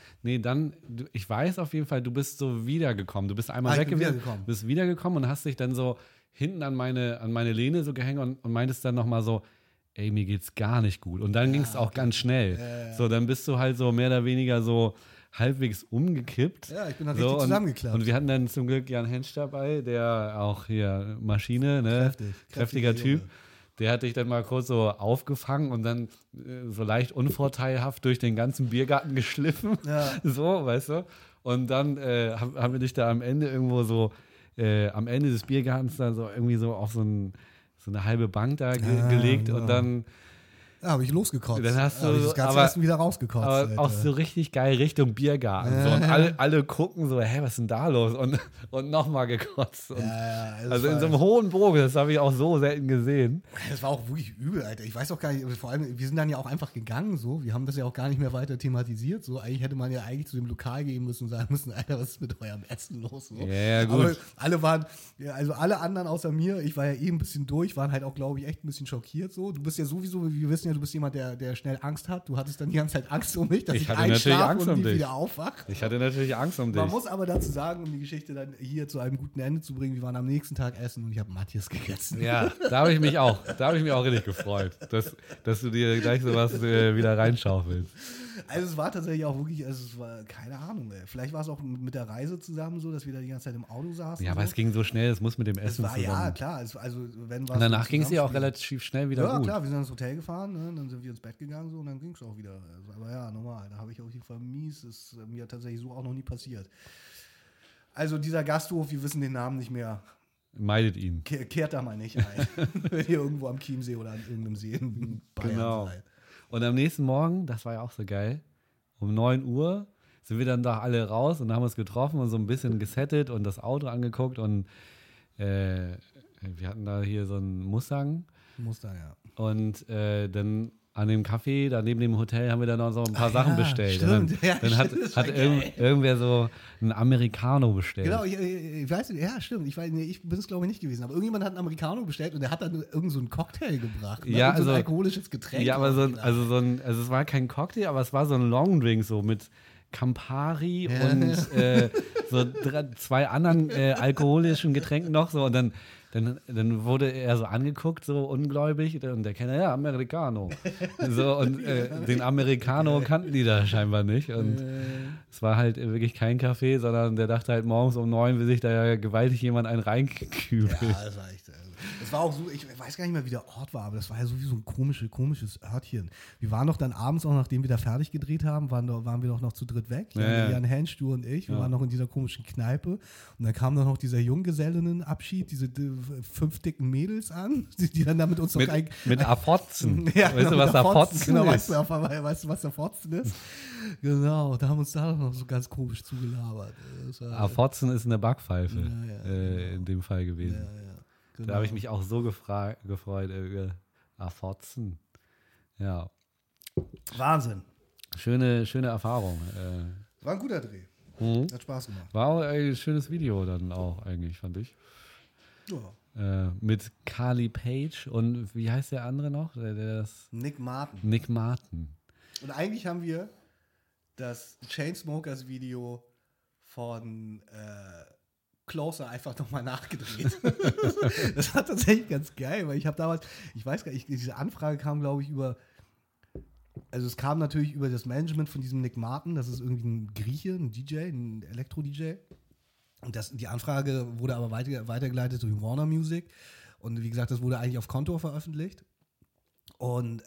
weiß auf jeden Fall, du bist so wiedergekommen. Du bist einmal weg gewesen, bist wiedergekommen und hast dich dann so hinten an meine Lehne so gehängt und meintest dann nochmal so, ey, mir geht's gar nicht gut. Und dann ging es auch ganz schnell. Ja. So, dann bist du halt so mehr oder weniger so halbwegs umgekippt. Ja, ich bin dann richtig zusammengeklappt. Und wir hatten dann zum Glück Jan Hensch dabei, der auch hier Maschine, ne? Kräftiger Typ. Der hat dich dann mal kurz so aufgefangen und dann so leicht unvorteilhaft durch den ganzen Biergarten geschliffen. Ja. So, weißt du? Und dann haben wir dich da am Ende irgendwo so, am Ende des Biergartens dann so irgendwie so auf so eine halbe Bank da gelegt und dann Ja, habe ich losgekotzt. Dann hast du hab ich das ganze Essen wieder rausgekotzt. Aber Alter. auch so richtig geil Richtung Biergarten. So, und alle gucken so, hä, was ist denn da los? Und nochmal gekotzt. Und also in so einem hohen Bogen, das habe ich auch so selten gesehen. Das war auch wirklich übel, Alter. Ich weiß auch gar nicht, vor allem, wir sind dann ja auch einfach gegangen, so. Wir haben das ja auch gar nicht mehr weiter thematisiert, so. Eigentlich hätte man ja eigentlich zu dem Lokal gehen müssen und sagen müssen, Alter, was ist mit eurem Essen los? So. Ja, gut. Aber alle waren, ja, also alle anderen außer mir, ich war ja ein bisschen durch, waren halt auch, glaube ich, echt ein bisschen schockiert, so. Du bist ja sowieso, wir wissen ja, du bist jemand, der schnell Angst hat. Du hattest dann die ganze Zeit Angst um mich, dass ich hatte natürlich einschlafe Angst und um dich. wieder aufwache. Ich hatte natürlich Angst um dich. Man muss aber dazu sagen, um die Geschichte dann hier zu einem guten Ende zu bringen, wir waren am nächsten Tag essen und ich habe Matthias gegessen. Ja, da habe ich mich auch richtig gefreut, dass du dir gleich sowas wieder reinschaufelst. Also es war tatsächlich auch wirklich, also es war, keine Ahnung, ey. Vielleicht war es auch mit der Reise zusammen so, dass wir da die ganze Zeit im Auto saßen. Ja, aber es ging so schnell, es muss mit dem Essen war, zusammen. ja, klar. Also wenn und danach ging es ja auch relativ schnell wieder gut. Ja, gut. klar, wir sind ins Hotel gefahren, ne? Dann sind wir ins Bett gegangen so, und dann ging es auch wieder. Also, aber ja, normal, da habe ich auf jeden Fall mies. Das ist mir tatsächlich so auch noch nie passiert. Also dieser Gasthof, wir wissen den Namen nicht mehr. Meidet ihn. Kehrt da mal nicht ein. Wenn ihr irgendwo am Chiemsee oder an irgendeinem See in Bayern Genau. seid. Und am nächsten Morgen, das war ja auch so geil, um 9 Uhr sind wir dann da alle raus und haben uns getroffen und so ein bisschen gesettet und das Auto angeguckt und wir hatten da hier so einen Mustang. Mustang, ja. Und dann an dem Café, da neben dem Hotel, haben wir dann noch so ein paar Sachen bestellt. Stimmt, und dann hat irgendwer so einen Americano bestellt. Genau, ich weiß nicht, ja, stimmt. Ich bin es, glaube ich, nicht gewesen. Aber irgendjemand hat einen Americano bestellt und der hat dann irgend so einen Cocktail gebracht. Ne? Ja, so ein also, alkoholisches Getränk. Ja, aber also es war kein Cocktail, aber es war so ein Longdrink so mit Campari und so 2 anderen alkoholischen Getränken noch so und dann wurde er so angeguckt, so ungläubig, und der Kenner, ja, Americano. So, und den Americano kannten die da scheinbar nicht. Und es war halt wirklich kein Café, sondern der dachte halt morgens um 9 will sich da ja gewaltig jemand einen reinkübeln. Ja, das war echt. Das war auch so, ich weiß gar nicht mehr, wie der Ort war, aber das war ja sowieso ein komisches Örtchen. Wir waren doch dann abends, auch nachdem wir da fertig gedreht haben, waren wir doch noch zu dritt weg. Jan Hensch, du und ich. Wir waren noch in dieser komischen Kneipe. Und dann kam noch dieser Junggesellinnenabschied, diese 5 dicken Mädels an, die dann da mit uns noch mit Afotzen. Ja, weißt du, was Afotzen genau, ist? Weißt du, was Afotzen ist? Genau, da haben uns da noch so ganz komisch zugelabert. Afotzen ist eine Backpfeife in dem Fall gewesen. Ja. Genau. Da habe ich mich auch so gefreut über Afotzen. Ja. Wahnsinn. Schöne Erfahrung. War ein guter Dreh. Hat Spaß gemacht. War auch ein schönes Video dann auch eigentlich, fand ich. Ja. Mit Carly Page und wie heißt der andere noch? Nick Martin. Nick Martin. Und eigentlich haben wir das Chainsmokers-Video von Closer einfach nochmal nachgedreht. Das war tatsächlich ganz geil, weil ich habe damals, ich weiß gar nicht, diese Anfrage kam, glaube ich, also es kam natürlich über das Management von diesem Nick Martin, das ist irgendwie ein Grieche, ein DJ, ein Elektro-DJ. Und die Anfrage wurde aber weitergeleitet durch Warner Music. Und wie gesagt, das wurde eigentlich auf Konto veröffentlicht. Und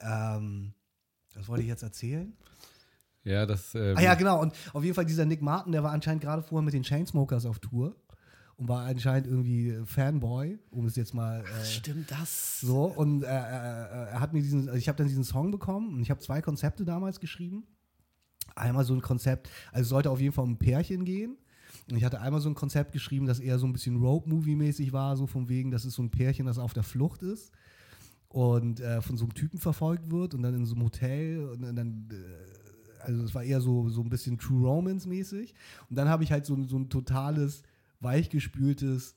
was wollte ich jetzt erzählen? Ja, das. Ja, genau. Und auf jeden Fall dieser Nick Martin, der war anscheinend gerade vorher mit den Chainsmokers auf Tour. Und war anscheinend irgendwie Fanboy, um es jetzt mal. Stimmt das? So, und er hat mir ich habe dann diesen Song bekommen und ich habe 2 Konzepte damals geschrieben. Einmal so ein Konzept, also es sollte auf jeden Fall um ein Pärchen gehen. Und ich hatte einmal so ein Konzept geschrieben, das eher so ein bisschen Road-Movie-mäßig war, so von wegen, dass es so ein Pärchen, das auf der Flucht ist und von so einem Typen verfolgt wird und dann in so einem Hotel und dann. Also es war eher so ein bisschen True Romance-mäßig. Und dann habe ich halt so ein totales weichgespültes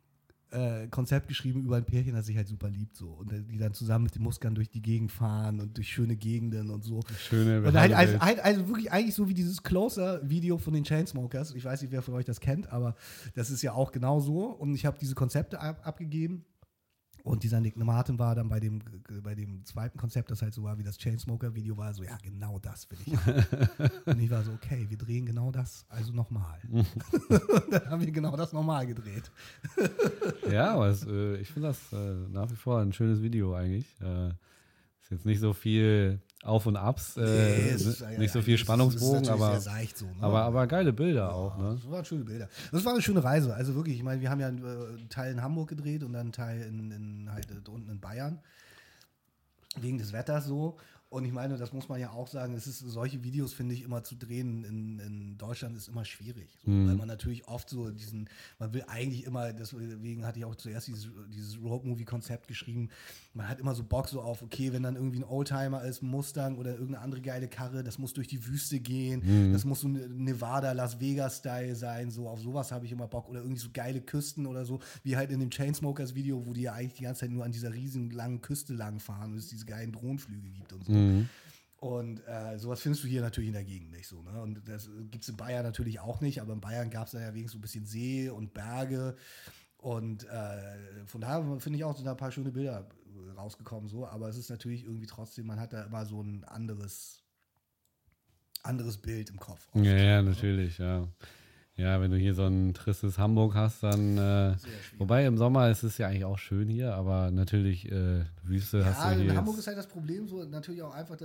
Konzept geschrieben über ein Pärchen, das sich halt super liebt so und die dann zusammen mit den Muskern durch die Gegend fahren und durch schöne Gegenden und so. Schöne und also wirklich eigentlich so wie dieses Closer-Video von den Chainsmokers. Ich weiß nicht, wer von euch das kennt, aber das ist ja auch genau so. Und ich habe diese Konzepte abgegeben. Und dieser Nick Martin war dann bei dem zweiten Konzept, das halt so war wie das Chainsmoker-Video, war so, ja, genau das will ich auch. Und ich war so, okay, wir drehen genau das, also nochmal. Und dann haben wir genau das nochmal gedreht. Ja, aber ich finde das nach wie vor ein schönes Video eigentlich. Ist jetzt nicht so viel Auf und Abs, nicht so viel Spannungsbogen, aber, sehr seicht so, ne? aber geile Bilder auch. Ne? Das waren schöne Bilder. Das war eine schöne Reise. Also wirklich, ich meine, wir haben ja einen Teil in Hamburg gedreht und dann einen Teil halt unten in Bayern. wegen des Wetters so. Und ich meine, das muss man ja auch sagen, solche Videos, finde ich, immer zu drehen in Deutschland ist immer schwierig. So, weil man natürlich oft so man will eigentlich immer, deswegen hatte ich auch zuerst dieses Road-Movie-Konzept geschrieben, man hat immer so Bock so auf, okay, wenn dann irgendwie ein Oldtimer ist, ein Mustang oder irgendeine andere geile Karre, das muss durch die Wüste gehen, das muss so Nevada, Las Vegas-Style sein, so auf sowas habe ich immer Bock. Oder irgendwie so geile Küsten oder so, wie halt in dem Chainsmokers-Video, wo die ja eigentlich die ganze Zeit nur an dieser riesigen langen Küste lang fahren und es diese geilen Drohnenflüge gibt und so. Und sowas findest du hier natürlich in der Gegend nicht so. Ne? Und das gibt es in Bayern natürlich auch nicht, aber in Bayern gab es dann ja wenigstens so ein bisschen See und Berge. Und von daher finde ich auch, sind da ein paar schöne Bilder rausgekommen. So. Aber es ist natürlich irgendwie trotzdem, man hat da immer so ein anderes Bild im Kopf. Ja, natürlich, ja. Ja, wenn du hier so ein tristes Hamburg hast, dann, wobei im Sommer ist es ja eigentlich auch schön hier, aber natürlich Wüste hast du hier. Ja, in Hamburg ist halt das Problem so, natürlich auch einfach,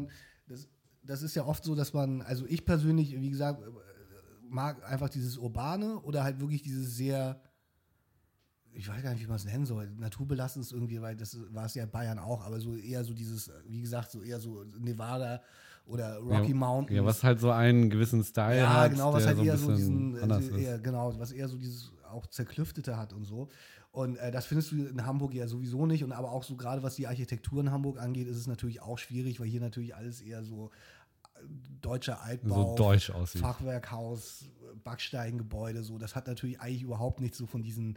das ist ja oft so, dass also ich persönlich, wie gesagt, mag einfach dieses Urbane oder halt wirklich dieses sehr, ich weiß gar nicht, wie man es nennen soll, naturbelassen ist irgendwie, weil das war es ja in Bayern auch, aber so eher so dieses, wie gesagt, so eher so Nevada oder Rocky Mountains. Ja, was halt so einen gewissen Style hat. Ja, genau, was halt so eher so was eher so dieses auch Zerklüftete hat und so. Und das findest du in Hamburg ja sowieso nicht. Und aber auch so gerade was die Architektur in Hamburg angeht, ist es natürlich auch schwierig, weil hier natürlich alles eher so deutscher Altbau, so deutsch aussieht. Fachwerkhaus, Backsteingebäude, so. Das hat natürlich eigentlich überhaupt nichts so von diesen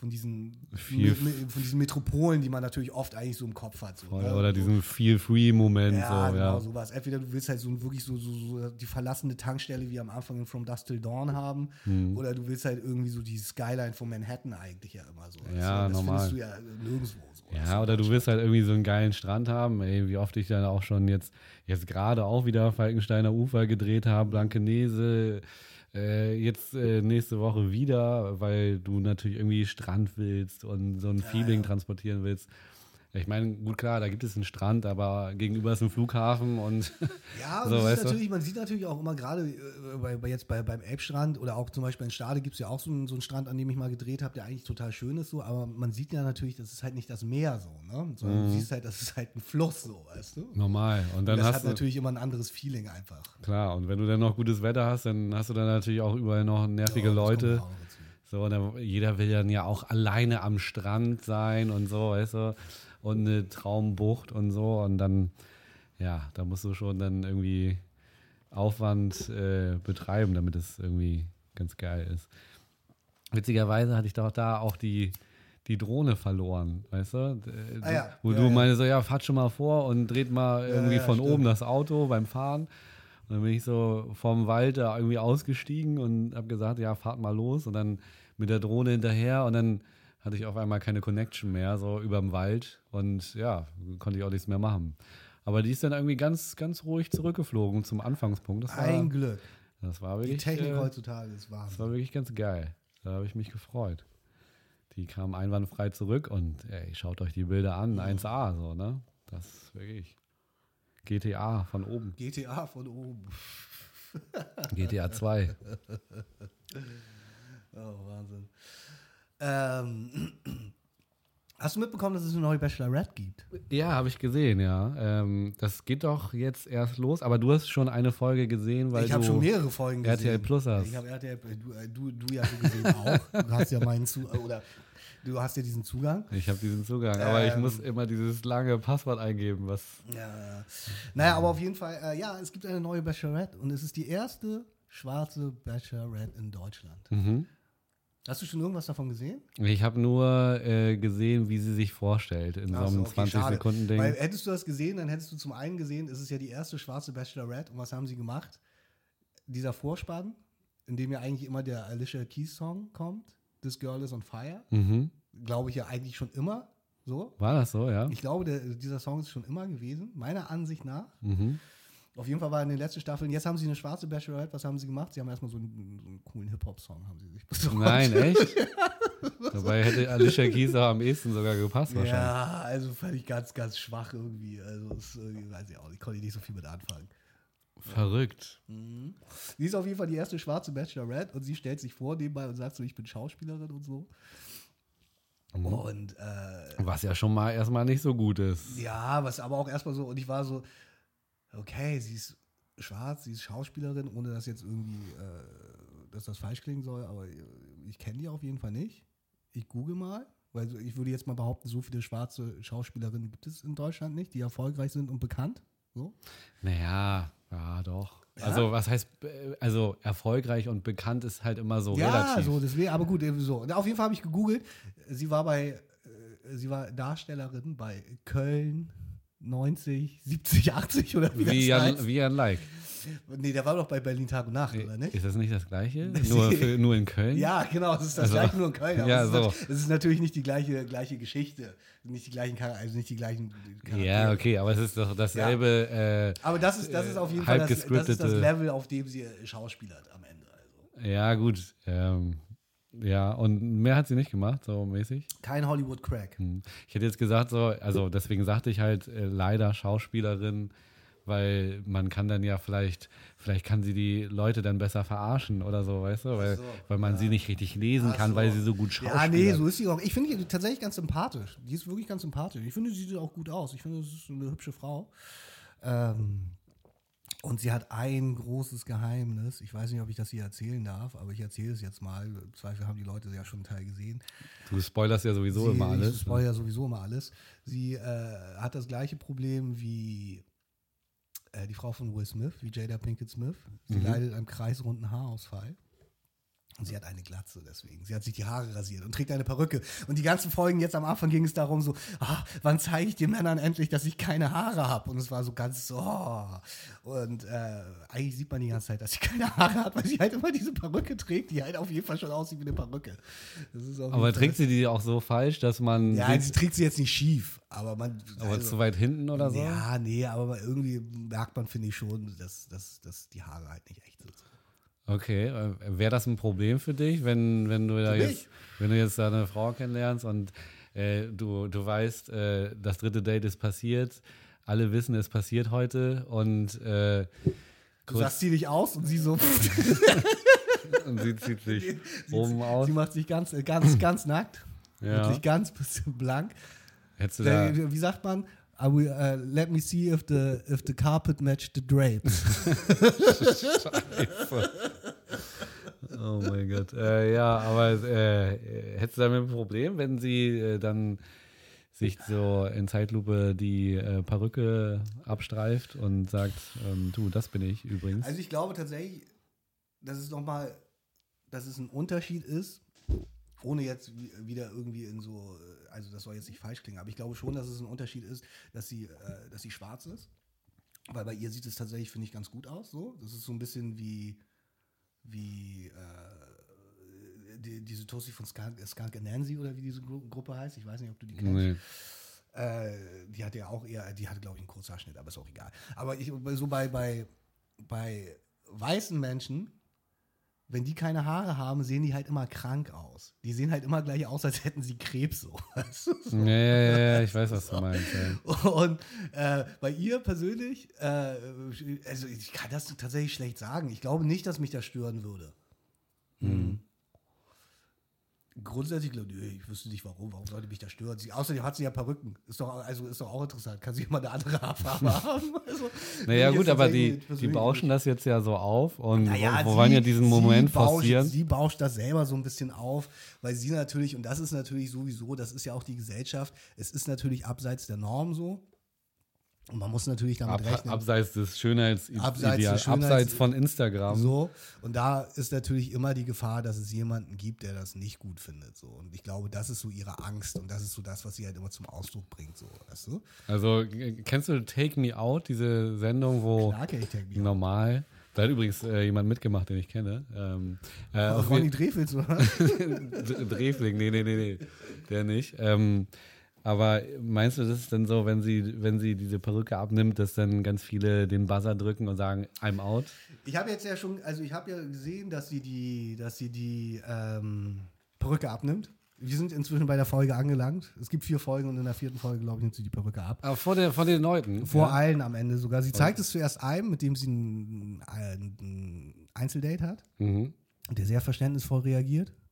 Metropolen, die man natürlich oft eigentlich so im Kopf hat. So, ne? Oder diesen Feel-Free-Moment. Ja, so, genau, sowas. Entweder du willst halt wirklich so die verlassene Tankstelle wie am Anfang in From Dusk Till Dawn haben, oder du willst halt irgendwie so die Skyline von Manhattan eigentlich ja immer so. Ja, das normal. findest du ja nirgendwo so. Ja, oder du willst halt irgendwie so einen geilen Strand haben, ey, wie oft ich dann auch schon jetzt gerade auch wieder Falkensteiner Ufer gedreht habe, Blankenese, jetzt nächste Woche wieder, weil du natürlich irgendwie Strand willst und so ein Feeling transportieren willst. Ich meine, gut, klar, da gibt es einen Strand, aber gegenüber ist ein Flughafen und ja, so, das ist natürlich, man sieht natürlich auch immer gerade beim Elbstrand oder auch zum Beispiel in Stade gibt es ja auch so einen Strand, an dem ich mal gedreht habe, der eigentlich total schön ist, so, aber man sieht ja natürlich, das ist halt nicht das Meer so, ne? Sondern du siehst halt, das ist halt ein Fluss so, weißt du? Normal. Und dann das hat natürlich immer ein anderes Feeling einfach. Klar, und wenn du dann noch gutes Wetter hast, dann hast du dann natürlich auch überall noch nervige Leute. So, und jeder will dann ja auch alleine am Strand sein und so, weißt du? Und eine Traumbucht und so. Und dann, ja, da musst du schon dann irgendwie Aufwand betreiben, damit es irgendwie ganz geil ist. Witzigerweise hatte ich doch da auch die Drohne verloren, weißt du? Wo du meinst so, ja, fahrt schon mal vor und dreht mal irgendwie von oben das Auto beim Fahren. Und dann bin ich so vom Wald da irgendwie ausgestiegen und habe gesagt, ja, fahrt mal los. Und dann mit der Drohne hinterher und dann hatte ich auf einmal keine Connection mehr, so überm Wald. Und ja, konnte ich auch nichts mehr machen. Aber die ist dann irgendwie ganz, ganz ruhig zurückgeflogen zum Anfangspunkt. Ein Glück. Das war wirklich, die Technik heutzutage ist Wahnsinn. Das war wirklich ganz geil. Da habe ich mich gefreut. Die kam einwandfrei zurück und ey, schaut euch die Bilder an. 1A, so, ne? Das ist wirklich GTA von oben. GTA von oben. GTA 2. Oh, Wahnsinn. Hast du mitbekommen, dass es eine neue Bachelorette gibt? Ja, habe ich gesehen, ja. Das geht doch jetzt erst los, aber du hast schon eine Folge gesehen, weil ich habe schon mehrere Folgen gesehen. RTL Plus hast. Ich habe RTL, du ja so gesehen auch. Du hast ja du hast ja diesen Zugang. Ich habe diesen Zugang, aber ich muss immer dieses lange Passwort eingeben, was. Ja. Naja, aber auf jeden Fall, es gibt eine neue Bachelorette und es ist die erste schwarze Bachelorette in Deutschland. Mhm. Hast du schon irgendwas davon gesehen? Ich habe nur gesehen, wie sie sich vorstellt in so einem 20-Sekunden-Ding. Weil hättest du das gesehen, dann hättest du zum einen gesehen, es ist ja die erste schwarze Bachelorette. Und was haben sie gemacht? Dieser Vorspann, in dem ja eigentlich immer der Alicia Keys-Song kommt, This Girl is on Fire, glaube ich ja eigentlich schon immer so. War das so, ja? Ich glaube, dieser Song ist schon immer gewesen, meiner Ansicht nach. Mhm. Auf jeden Fall war in den letzten Staffeln, jetzt haben sie eine schwarze Bachelorette, was haben sie gemacht? Sie haben erstmal so einen coolen Hip-Hop-Song, haben sie sich besorgt. Nein, echt? Dabei hätte Alicia Keys auch am ehesten sogar gepasst wahrscheinlich. Ja, also fand ich ganz, ganz schwach irgendwie. Also weiß ich auch nicht, konnte ich nicht so viel mit anfangen. Verrückt. Mhm. Sie ist auf jeden Fall die erste schwarze Bachelorette und sie stellt sich vor nebenbei und sagt so, ich bin Schauspielerin und so. Und was ja schon mal erstmal nicht so gut ist. ja, was aber auch erstmal so, und ich war so, okay, sie ist schwarz, sie ist Schauspielerin, ohne dass jetzt irgendwie, dass das falsch klingen soll, aber ich kenne die auf jeden Fall nicht. Ich google mal, weil ich würde jetzt mal behaupten, so viele schwarze Schauspielerinnen gibt es in Deutschland nicht, die erfolgreich sind und bekannt. So. Naja, ja, doch. Ja? Also, was heißt, also erfolgreich und bekannt ist halt immer so Ja, relativ. so, deswegen, aber gut, eben so. Und auf jeden Fall habe ich gegoogelt. Sie war Darstellerin bei Köln 90, 70, 80 oder wie Wie das ein, heißt. wie ein Like. Nee, der war doch bei Berlin Tag und Nacht, oder nicht? Ist das nicht das Gleiche? Nee. Nur in Köln? Ja, genau, es ist das Also, gleiche nur in Köln. Aber ja, es ist natürlich nicht die gleiche Geschichte. Nicht die gleichen Charaktere. Ja, okay, aber es ist doch dasselbe. Aber das ist auf jeden Fall das Level, auf dem sie schauspielert am Ende. Also. Ja, gut. Ja, und mehr hat sie nicht gemacht, so mäßig. Kein Hollywood-Crack. Ich hätte jetzt gesagt, so, also deswegen sagte ich halt leider Schauspielerin, weil man kann dann ja vielleicht kann sie die Leute dann besser verarschen oder so, weißt du, weil man sie nicht richtig lesen kann, weil sie so gut schauspielt. Ja, nee, so ist sie auch. Ich finde die tatsächlich ganz sympathisch. Die ist wirklich ganz sympathisch. Ich finde, sie sieht auch gut aus. Ich finde, das ist eine hübsche Frau. Und sie hat ein großes Geheimnis. Ich weiß nicht, ob ich das hier erzählen darf, aber ich erzähle es jetzt mal. Im Zweifel haben die Leute ja schon einen Teil gesehen. Du spoilerst ja sowieso immer alles. Ich spoilere sowieso immer alles. Sie hat das gleiche Problem wie die Frau von Will Smith, wie Jada Pinkett Smith. Sie leidet am kreisrunden Haarausfall. Und sie hat eine Glatze deswegen. Sie hat sich die Haare rasiert und trägt eine Perücke. Und die ganzen Folgen jetzt am Anfang ging es darum so, wann zeige ich den Männern endlich, dass ich keine Haare habe? Und es war so ganz so. Und eigentlich sieht man die ganze Zeit, dass sie keine Haare hat, weil sie halt immer diese Perücke trägt, die halt auf jeden Fall schon aussieht wie eine Perücke. Aber trägt sie die auch so falsch, dass man... Ja, sie trägt sie jetzt nicht schief, aber zu weit hinten oder so? Ja, nee, aber irgendwie merkt man, finde ich schon, dass die Haare halt nicht echt sind. Okay, wäre das ein Problem für dich, wenn du jetzt da eine Frau kennenlernst und du weißt, das dritte Date ist passiert, alle wissen, es passiert heute und du sagst, zieh dich aus und sie so und sie zieht sich oben aus. Sie macht sich ganz nackt, wirklich ganz blank. Hättest du da Wie sagt man? Let me see if the carpet matched the drapes. Scheiße. Oh mein Gott. Ja, aber hättest du damit ein Problem, wenn sie dann sich so in Zeitlupe die Perücke abstreift und sagt, du, das bin ich übrigens? Also ich glaube tatsächlich, dass es ein Unterschied ist, ohne jetzt wieder irgendwie in so, also das soll jetzt nicht falsch klingen, aber ich glaube schon, dass es ein Unterschied ist, dass sie schwarz ist. Weil bei ihr sieht es tatsächlich, finde ich, ganz gut aus. So. Das ist so ein bisschen wie diese Tussi von Skunk and Nancy oder wie diese Gruppe heißt. Ich weiß nicht, ob du die kennst. Nee. Die hatte ja auch die hatte, glaube ich, einen Kurzhaarschnitt, aber ist auch egal. Aber bei weißen Menschen, wenn die keine Haare haben, sehen die halt immer krank aus. Die sehen halt immer gleich aus, als hätten sie Krebs so. So. Ja, ich weiß, was du meinst. Ja. Und bei ihr persönlich, also ich kann das tatsächlich schlecht sagen. Ich glaube nicht, dass mich das stören würde. Grundsätzlich glaube ich wüsste nicht warum. Warum sollte mich das stören? Außerdem hat sie ja Perücken. Ist doch auch interessant. Kann sie immer eine andere Haarfarbe haben? Also, naja gut, aber die bauschen das jetzt ja so auf und wollen ja diesen Moment forcieren. Sie bauscht das selber so ein bisschen auf, weil sie natürlich, und das ist natürlich sowieso, das ist ja auch die Gesellschaft, es ist natürlich abseits der Norm so. Und man muss natürlich damit rechnen. Abseits des Schönheitsideals, abseits von Instagram. So, und da ist natürlich immer die Gefahr, dass es jemanden gibt, der das nicht gut findet. So. Und ich glaube, das ist so ihre Angst und das ist so das, was sie halt immer zum Ausdruck bringt. So, weißt du? Also, kennst du Take Me Out, diese Sendung, wo Klar kenn ich Take Me Out. Normal, da hat übrigens jemand mitgemacht, den ich kenne. Ronny Drefels, oder? Drefling, nee, der nicht. Aber meinst du, das ist dann so, wenn sie diese Perücke abnimmt, dass dann ganz viele den Buzzer drücken und sagen, I'm out? Ich habe jetzt ja schon, also ich habe ja gesehen, dass sie die Perücke abnimmt. Wir sind inzwischen bei der Folge angelangt. Es gibt 4 Folgen und in der 4. Folge, glaube ich, nimmt sie die Perücke ab. Aber vor den Leuten? Vor allen am Ende sogar. Sie zeigt es zuerst einem, mit dem sie ein Einzeldate hat, der sehr verständnisvoll reagiert.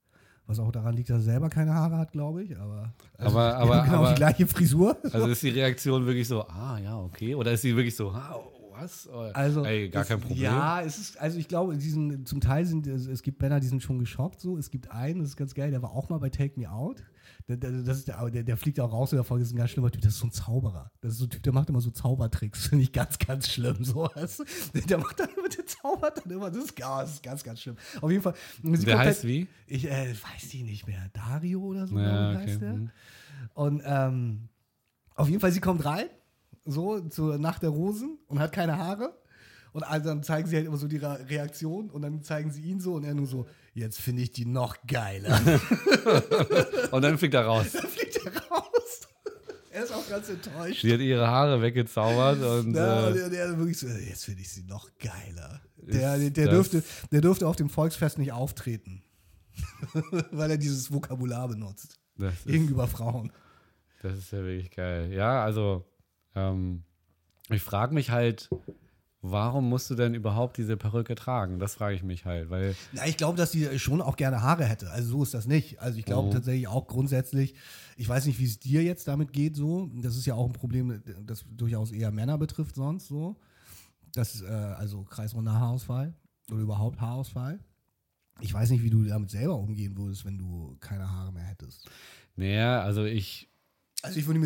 Was auch daran liegt, dass er selber keine Haare hat, glaube ich. Aber aber die gleiche Frisur. Also ist die Reaktion wirklich so, ja, okay? Oder ist sie wirklich so, was? Also, ey, gar kein Problem. Ja, also ich glaube, zum Teil es gibt Männer, die sind schon geschockt so. Es gibt einen, das ist ganz geil, der war auch mal bei Take Me Out. Der fliegt auch raus in der Folge, das ist ein ganz schlimmer Typ, das ist so ein Zauberer. Das ist so ein Typ, der macht immer so Zaubertricks, finde ich ganz, ganz schlimm. So, weißt du? Der macht dann immer, der zaubert dann immer, das ist ganz, ganz schlimm. Auf jeden Fall. Der heißt wie? Ich weiß die nicht mehr. Dario oder so, ja, okay. heißt der. Und auf jeden Fall, sie kommt rein, so zur Nacht der Rosen und hat keine Haare. Und also dann zeigen sie halt immer so die Reaktion und dann zeigen sie ihn so und er nur so, jetzt finde ich die noch geiler. Und dann fliegt er raus. Dann fliegt er raus. Er ist auch ganz enttäuscht. Sie hat ihre Haare weggezaubert und der wirklich so, jetzt finde ich sie noch geiler. Der dürfte auf dem Volksfest nicht auftreten. Weil er dieses Vokabular benutzt. Gegenüber Frauen. Das ist ja wirklich geil. Ja, also ich frage mich halt, warum musst du denn überhaupt diese Perücke tragen? Das frage ich mich halt, weil... Ja, ich glaube, dass die schon auch gerne Haare hätte. Also so ist das nicht. Also ich glaube tatsächlich auch grundsätzlich, ich weiß nicht, wie es dir jetzt damit geht so. Das ist ja auch ein Problem, das durchaus eher Männer betrifft sonst so. Das ist also kreisrunder Haarausfall oder überhaupt Haarausfall. Ich weiß nicht, wie du damit selber umgehen würdest, wenn du keine Haare mehr hättest. Naja, also ich würde mir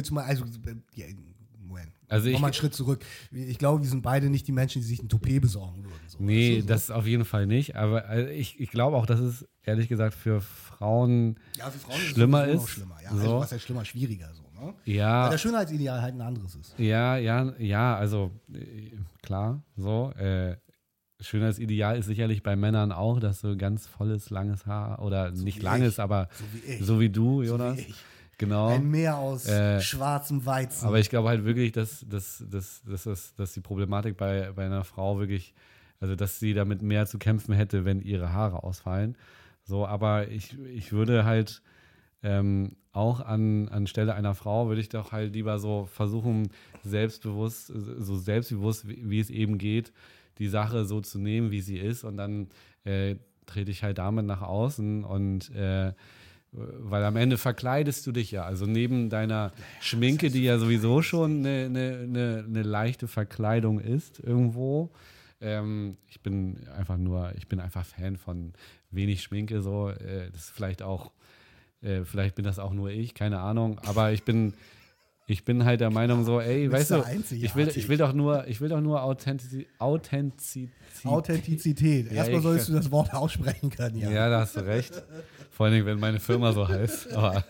nochmal einen Schritt zurück. Ich glaube, wir sind beide nicht die Menschen, die sich ein Toupet besorgen würden. So. Nee, so. Das auf jeden Fall nicht. Aber ich glaube auch, dass es ehrlich gesagt für Frauen, schlimmer ist. Schlimmer. Ja, so. Also was heißt schlimmer? Schwieriger. So, ne? Ja. Weil das Schönheitsideal halt ein anderes ist. Ja, also klar, so. Schönheitsideal ist sicherlich bei Männern auch, dass so ganz volles, langes Haar oder so nicht langes, aber so wie du, Jonas. So wie ich. Genau. Ein Meer aus schwarzem Weizen. Aber ich glaube halt wirklich, dass die Problematik bei einer Frau wirklich, also dass sie damit mehr zu kämpfen hätte, wenn ihre Haare ausfallen. So, aber ich würde halt auch anstelle einer Frau würde ich doch halt lieber so versuchen, selbstbewusst, wie es eben geht, die Sache so zu nehmen, wie sie ist, und dann trete ich halt damit nach außen und weil am Ende verkleidest du dich ja. Also neben deiner Schminke, die ja sowieso schon eine leichte Verkleidung ist irgendwo. Ich bin einfach Fan von wenig Schminke. So. Das ist vielleicht bin das auch nur ich, keine Ahnung. Aber ich bin halt der Meinung so, ey, weißt du, ich will doch nur Authentizität. Authentizität. Erstmal solltest du das Wort aussprechen können, ja. Ja, da hast du recht. Vor allen Dingen, wenn meine Firma so heißt. Aber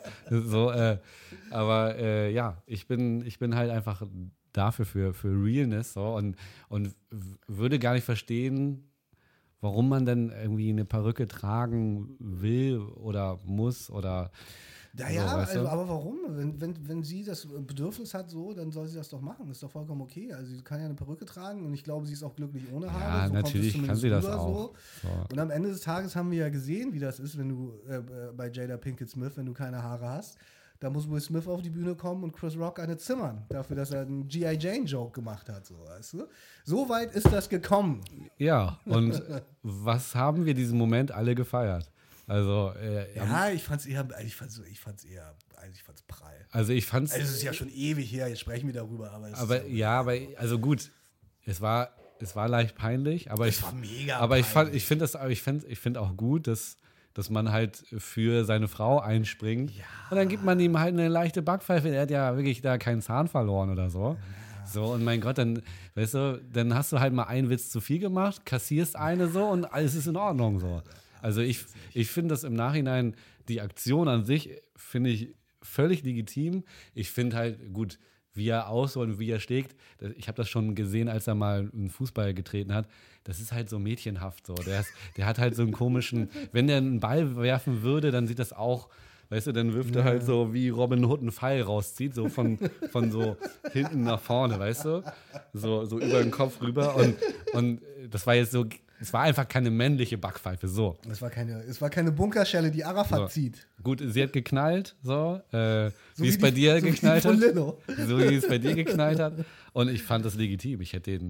ich bin halt einfach dafür für Realness so und würde gar nicht verstehen, warum man denn irgendwie eine Perücke tragen will oder muss oder Naja, so, aber warum? Wenn sie das Bedürfnis hat, so, dann soll sie das doch machen. Das ist doch vollkommen okay. Also sie kann ja eine Perücke tragen und ich glaube, sie ist auch glücklich ohne Haare. Ja, so natürlich kann sie das auch. So. Und am Ende des Tages haben wir ja gesehen, wie das ist, wenn du bei Jada Pinkett Smith, wenn du keine Haare hast. Da muss Will Smith auf die Bühne kommen und Chris Rock eine zimmern. Dafür, dass er einen G.I. Jane-Joke gemacht hat. So, weißt du? So weit ist das gekommen. Ja, und was haben wir diesen Moment alle gefeiert? Also, ich fand's prall. Also ich fand's. Also es ist ja schon ewig her, jetzt sprechen wir darüber, also gut, es war leicht peinlich, aber es war mega aber peinlich. ich finde auch gut, dass man halt für seine Frau einspringt. Ja. Und dann gibt man ihm halt eine leichte Backpfeife. Er hat ja wirklich da keinen Zahn verloren oder so. Ja. So, und mein Gott, dann, weißt du, dann hast du halt mal einen Witz zu viel gemacht, kassierst eine so und alles ist in Ordnung so. Also ich finde das im Nachhinein, die Aktion an sich, finde ich völlig legitim. Ich finde halt, gut, wie er ausholt und wie er schlägt, ich habe das schon gesehen, als er mal einen Fußball getreten hat, das ist halt so mädchenhaft so. Der hat halt so einen komischen, wenn der einen Ball werfen würde, dann sieht das auch, weißt du, dann wirft er halt so, wie Robin Hood einen Pfeil rauszieht, so von so hinten nach vorne, weißt du? So über den Kopf rüber und das war jetzt so, es war einfach keine männliche Backpfeife, so. Es war keine Bunkerschelle, die Arafat zieht. Gut, sie hat geknallt, so wie es bei dir geknallt hat. So wie es bei dir geknallt hat. Und ich fand das legitim. Ich hätte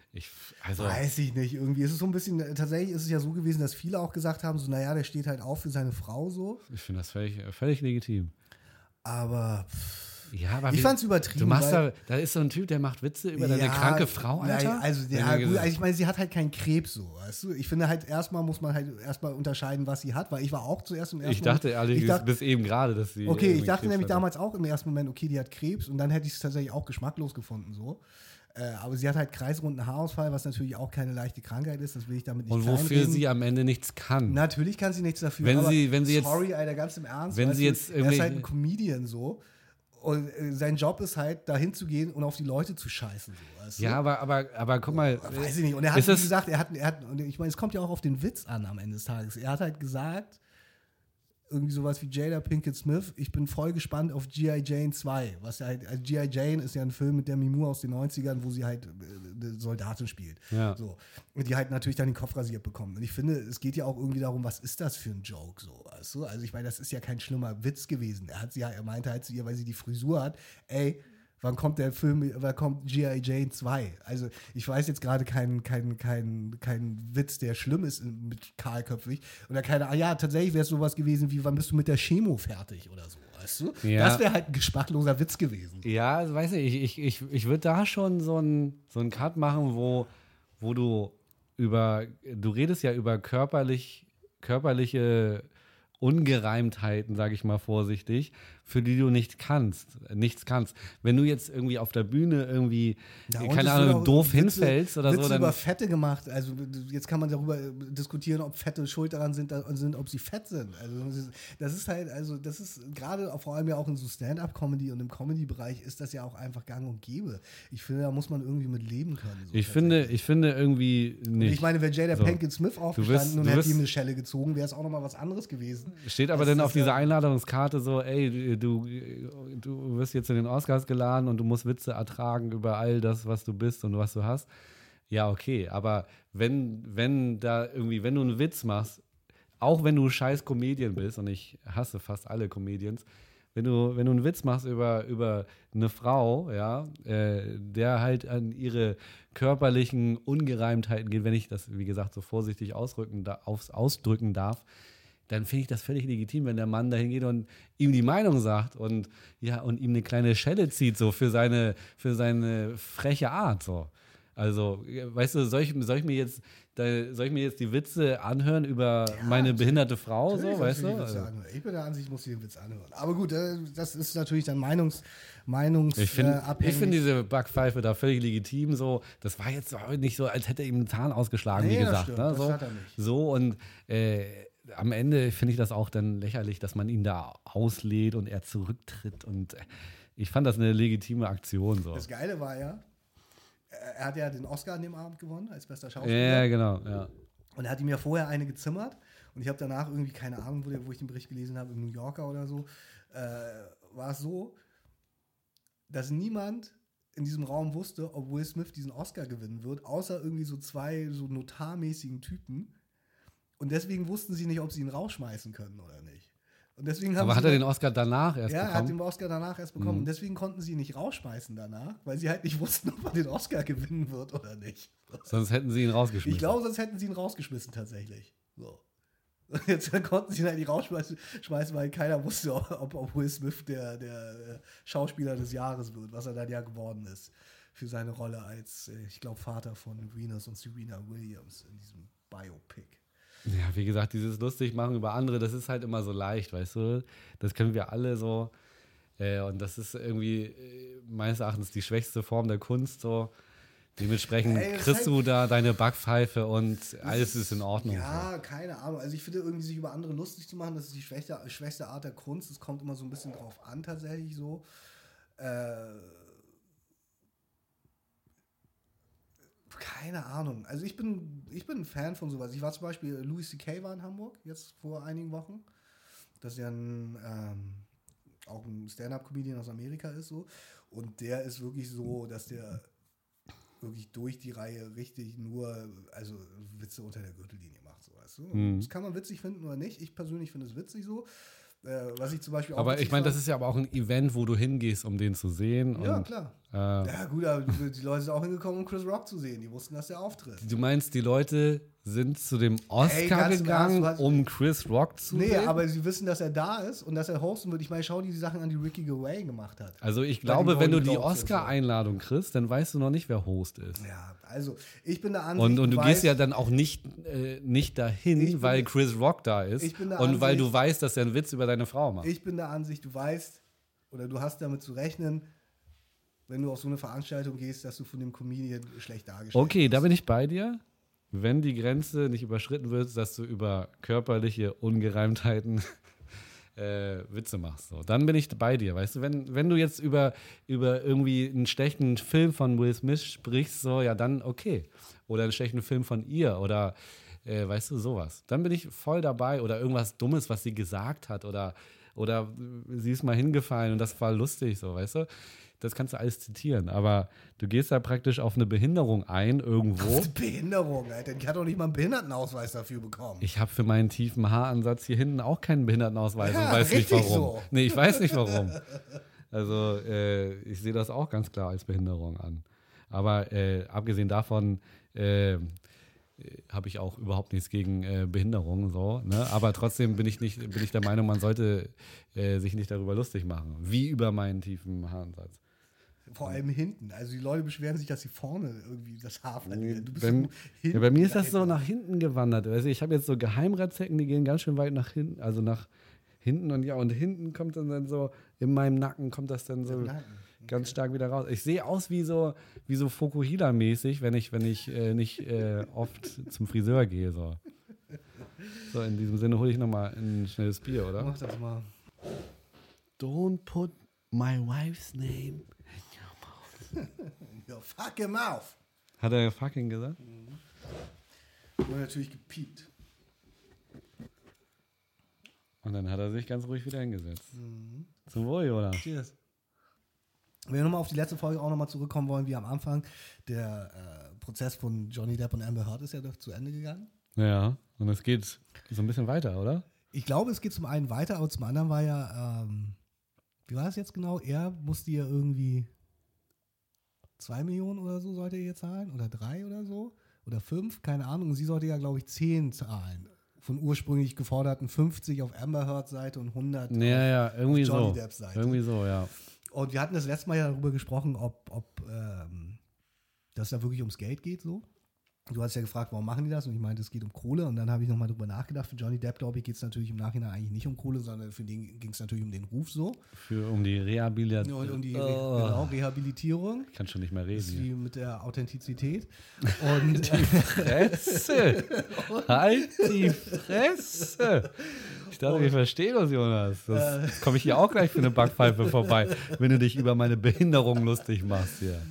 Also, weiß ich nicht, irgendwie ist es so ein bisschen, tatsächlich ist es ja so gewesen, dass viele auch gesagt haben, so, naja, der steht halt auf für seine Frau so. ich finde das völlig legitim. Aber Ja, aber ich fand's übertrieben. Du machst weil, da ist so ein Typ, der macht Witze über deine kranke Frau, Alter. Nein, also, ja, gut, also ich meine, sie hat halt keinen Krebs so, weißt du? Ich finde halt, muss man halt erstmal unterscheiden, was sie hat, weil ich war auch zuerst im ersten Ich dachte ehrlich bis eben gerade, dass sie. Okay, ich dachte Krebs nämlich hatte. damals auch im ersten Moment, okay, die hat Krebs und dann hätte ich es tatsächlich auch geschmacklos gefunden so. Aber sie hat halt kreisrunden Haarausfall, was natürlich auch keine leichte Krankheit ist, das will ich damit nicht Und wofür kleinreden. sie am Ende nichts kann. Natürlich kann sie nichts dafür, Wenn aber sie jetzt, sorry, Alter, ganz im Ernst. wenn weißt sie du, jetzt er irgendwie. ist halt ein Comedian so. Und sein Job ist halt, dahin zu gehen und auf die Leute zu scheißen. So, weißt du? Ja, aber guck mal. Weiß ich nicht. Und er hat, wie gesagt, und ich meine, es kommt ja auch auf den Witz an am Ende des Tages. Er hat halt gesagt, irgendwie sowas wie Jada Pinkett Smith, ich bin voll gespannt auf G.I. Jane 2. Was ja halt, also G.I. Jane ist ja ein Film mit der Mimur aus den 90ern, wo sie halt eine Soldatin spielt. Ja. So. Und die halt natürlich dann den Kopf rasiert bekommt. Und ich finde, es geht ja auch irgendwie darum, was ist das für ein Joke, so, weißt du? Also ich meine, das ist ja kein schlimmer Witz gewesen. Er meinte halt zu ihr, weil sie die Frisur hat, ey, wann kommt G.I. Jane 2? Also, ich weiß jetzt gerade keinen Witz, der schlimm ist mit kahlköpfig. Oder tatsächlich wäre es sowas gewesen wie, wann bist du mit der Chemo fertig oder so, weißt du? Ja. Das wäre halt ein geschmackloser Witz gewesen. Ja, also, weiß nicht, ich würde da schon so einen Cut machen, wo du redest ja über körperliche Ungereimtheiten, sage ich mal vorsichtig, für die du nichts kannst. Wenn du jetzt irgendwie auf der Bühne irgendwie, keine Ahnung, doof hinfällst oder Witze so, dann über Fette gemacht. Also jetzt kann man darüber diskutieren, ob Fette schuld daran sind, ob sie fett sind. Also das ist gerade vor allem ja auch in so Stand-up-Comedy und im Comedy-Bereich ist das ja auch einfach gang und gäbe. Ich finde, da muss man irgendwie mit leben können. So ich finde irgendwie nicht. Und ich meine, wäre Jada So. Pinkett Smith aufgestanden und hätte ihm eine Schelle gezogen, wäre es auch nochmal was anderes gewesen. Steht aber dann auf dieser Einladungskarte so, ey, du wirst jetzt in den Oscars geladen und du musst Witze ertragen über all das, was du bist und was du hast. Ja, okay, aber wenn du einen Witz machst, auch wenn du scheiß Comedian bist, und ich hasse fast alle Comedians, wenn du einen Witz machst über eine Frau, ja, der halt an ihre körperlichen Ungereimtheiten geht, wenn ich das, wie gesagt, so vorsichtig ausdrücken darf, dann finde ich das völlig legitim, wenn der Mann dahin geht und ihm die Meinung sagt und ihm eine kleine Schelle zieht, so für seine freche Art. So. Also, weißt du, soll ich mir jetzt die Witze anhören über meine behinderte Frau, so, weißt du? Ich bin der Ansicht, ich muss den Witz anhören. Aber gut, das ist natürlich dann abhängig. Ich finde diese Backpfeife da völlig legitim. So, das war jetzt nicht so, als hätte er ihm einen Zahn ausgeschlagen, wie gesagt. Stimmt, ne? das hat er nicht. So und am Ende finde ich das auch dann lächerlich, dass man ihn da auslädt und er zurücktritt. Und ich fand das eine legitime Aktion. So. Das Geile war ja, er hat ja den Oscar an dem Abend gewonnen als bester Schauspieler. Ja, genau. Ja. Und er hat ihm ja vorher eine gezimmert. Und ich habe danach irgendwie, keine Ahnung, wo ich den Bericht gelesen habe, im New Yorker oder so, war es so, dass niemand in diesem Raum wusste, ob Will Smith diesen Oscar gewinnen wird, außer irgendwie so zwei so notarmäßigen Typen. Und deswegen wussten sie nicht, ob sie ihn rausschmeißen können oder nicht. Und deswegen Aber hat er den Oscar danach erst bekommen? Ja, er hat den Oscar danach erst bekommen. Und deswegen konnten sie ihn nicht rausschmeißen danach, weil sie halt nicht wussten, ob er den Oscar gewinnen wird oder nicht. Sonst hätten sie ihn rausgeschmissen. Ich glaube, sonst hätten sie ihn rausgeschmissen tatsächlich. So. Und jetzt konnten sie ihn halt nicht rausschmeißen, weil keiner wusste, ob Will Smith der Schauspieler des Jahres wird, was er dann ja geworden ist. Für seine Rolle als, ich glaube, Vater von Venus und Serena Williams in diesem Biopic. Ja, wie gesagt, dieses lustig machen über andere, das ist halt immer so leicht, weißt du? Das können wir alle so. Und das ist irgendwie meines Erachtens die schwächste Form der Kunst. So. Dementsprechend kriegst du da deine Backpfeife und alles ist in Ordnung. Ja, so. Keine Ahnung. Also ich finde, irgendwie sich über andere lustig zu machen, das ist die schwächste Art der Kunst. Es kommt immer so ein bisschen drauf an, tatsächlich so. Keine Ahnung. Also ich bin ein Fan von sowas. Ich war zum Beispiel, Louis C.K. war in Hamburg, jetzt vor einigen Wochen. Das ist ja auch ein Stand-Up-Comedian aus Amerika ist so. Und der ist wirklich so, dass der wirklich durch die Reihe richtig Witze unter der Gürtellinie macht. So, weißt du? Das kann man witzig finden oder nicht. Ich persönlich finde es witzig so. Was ich zum Beispiel auch. Aber ich meine, das ist ja aber auch ein Event, wo du hingehst, um den zu sehen. Ja, klar. Ja gut, aber die Leute sind auch hingekommen, um Chris Rock zu sehen. Die wussten, dass der auftritt. Du meinst, die Leute sind zu dem Oscar ganz im gegangen, Ernst, um Chris Rock zu sehen? Nee, aber sie wissen, dass er da ist und dass er hosten wird. Ich meine, schau dir die Sachen an, die Ricky Gervais gemacht hat. Also ich glaube, wenn du die Golden Globes Oscar-Einladung kriegst, dann weißt du noch nicht, wer Host ist. Ja, also ich bin der Ansicht, Und du gehst ja dann auch nicht dahin, weil Chris Rock da ist ich bin der und weil Ansicht- du weißt, dass er einen Witz über deine Frau macht. Ich bin der Ansicht, du weißt oder du hast damit zu rechnen, wenn du auf so eine Veranstaltung gehst, dass du von dem Comedian schlecht dargestellt Okay, wirst. da bin ich bei dir. Wenn die Grenze nicht überschritten wird, dass du über körperliche Ungereimtheiten Witze machst. So. Dann bin ich bei dir, weißt du, wenn du jetzt über irgendwie einen schlechten Film von Will Smith sprichst, so, ja dann okay. Oder einen schlechten Film von ihr oder weißt du, sowas. Dann bin ich voll dabei oder irgendwas Dummes, was sie gesagt hat oder sie ist mal hingefallen und das war lustig, so, weißt du. Das kannst du alles zitieren, aber du gehst da praktisch auf eine Behinderung ein irgendwo. Behinderung, Alter. Ich hatte doch nicht mal einen Behindertenausweis dafür bekommen. Ich habe für meinen tiefen Haaransatz hier hinten auch keinen Behindertenausweis und Ja, weiß nicht richtig warum. so. Nee, ich weiß nicht warum. Also ich sehe das auch ganz klar als Behinderung an. Aber abgesehen davon habe ich auch überhaupt nichts gegen Behinderung. So, ne? Aber trotzdem bin ich der Meinung, man sollte sich nicht darüber lustig machen. Wie über meinen tiefen Haaransatz. Vor allem hinten. Also die Leute beschweren sich, dass sie vorne irgendwie das Haar verlieren. Du bist Bei, so hinten. ja, bei mir ist das so nach hinten gewandert. Also ich habe jetzt so Geheimratsecken, die gehen ganz schön weit nach hinten, also nach hinten und hinten kommt dann so, in meinem Nacken kommt das dann so ganz stark wieder raus. Ich sehe aus wie so Fukuhila-mäßig, wenn ich nicht oft zum Friseur gehe. So in diesem Sinne hole ich nochmal ein schnelles Bier, oder? Mach das mal. Don't put my wife's name. Ja, fucking mouth. Hat er fucking gesagt? Und natürlich gepiept. Und dann hat er sich ganz ruhig wieder hingesetzt. Zum Wohl, Jonas. Cheers. Wenn wir nochmal auf die letzte Folge auch nochmal zurückkommen wollen, wie am Anfang, der Prozess von Johnny Depp und Amber Heard ist ja doch zu Ende gegangen. Ja, und es geht so ein bisschen weiter, oder? Ich glaube, es geht zum einen weiter, aber zum anderen war ja, wie war das jetzt genau? Er musste ja irgendwie 2 Millionen oder so sollte er ihr zahlen oder 3 oder so oder 5, keine Ahnung. Und sie sollte ja, glaube ich, 10 zahlen. Von ursprünglich geforderten 50 auf Amber Heards Seite und 100 ja, irgendwie auf Johnny so. Depps Seite. Irgendwie so, ja. Und wir hatten das letzte Mal ja darüber gesprochen, ob das da wirklich ums Geld geht so. Du hast ja gefragt, warum machen die das? Und ich meinte, es geht um Kohle. Und dann habe ich nochmal drüber nachgedacht. Für Johnny Depp, glaube ich, geht es natürlich im Nachhinein eigentlich nicht um Kohle, sondern für den ging es natürlich um den Ruf so. Um die Rehabilitation. Und um die Rehabilitierung. Ich kann schon nicht mehr Das ist reden. wie mit der Authentizität. Und Fresse! Halt die Fresse! Ich dachte, wir verstehen uns, Jonas. Das komme ich hier auch gleich für eine Backpfeife vorbei, wenn du dich über meine Behinderung lustig machst hier.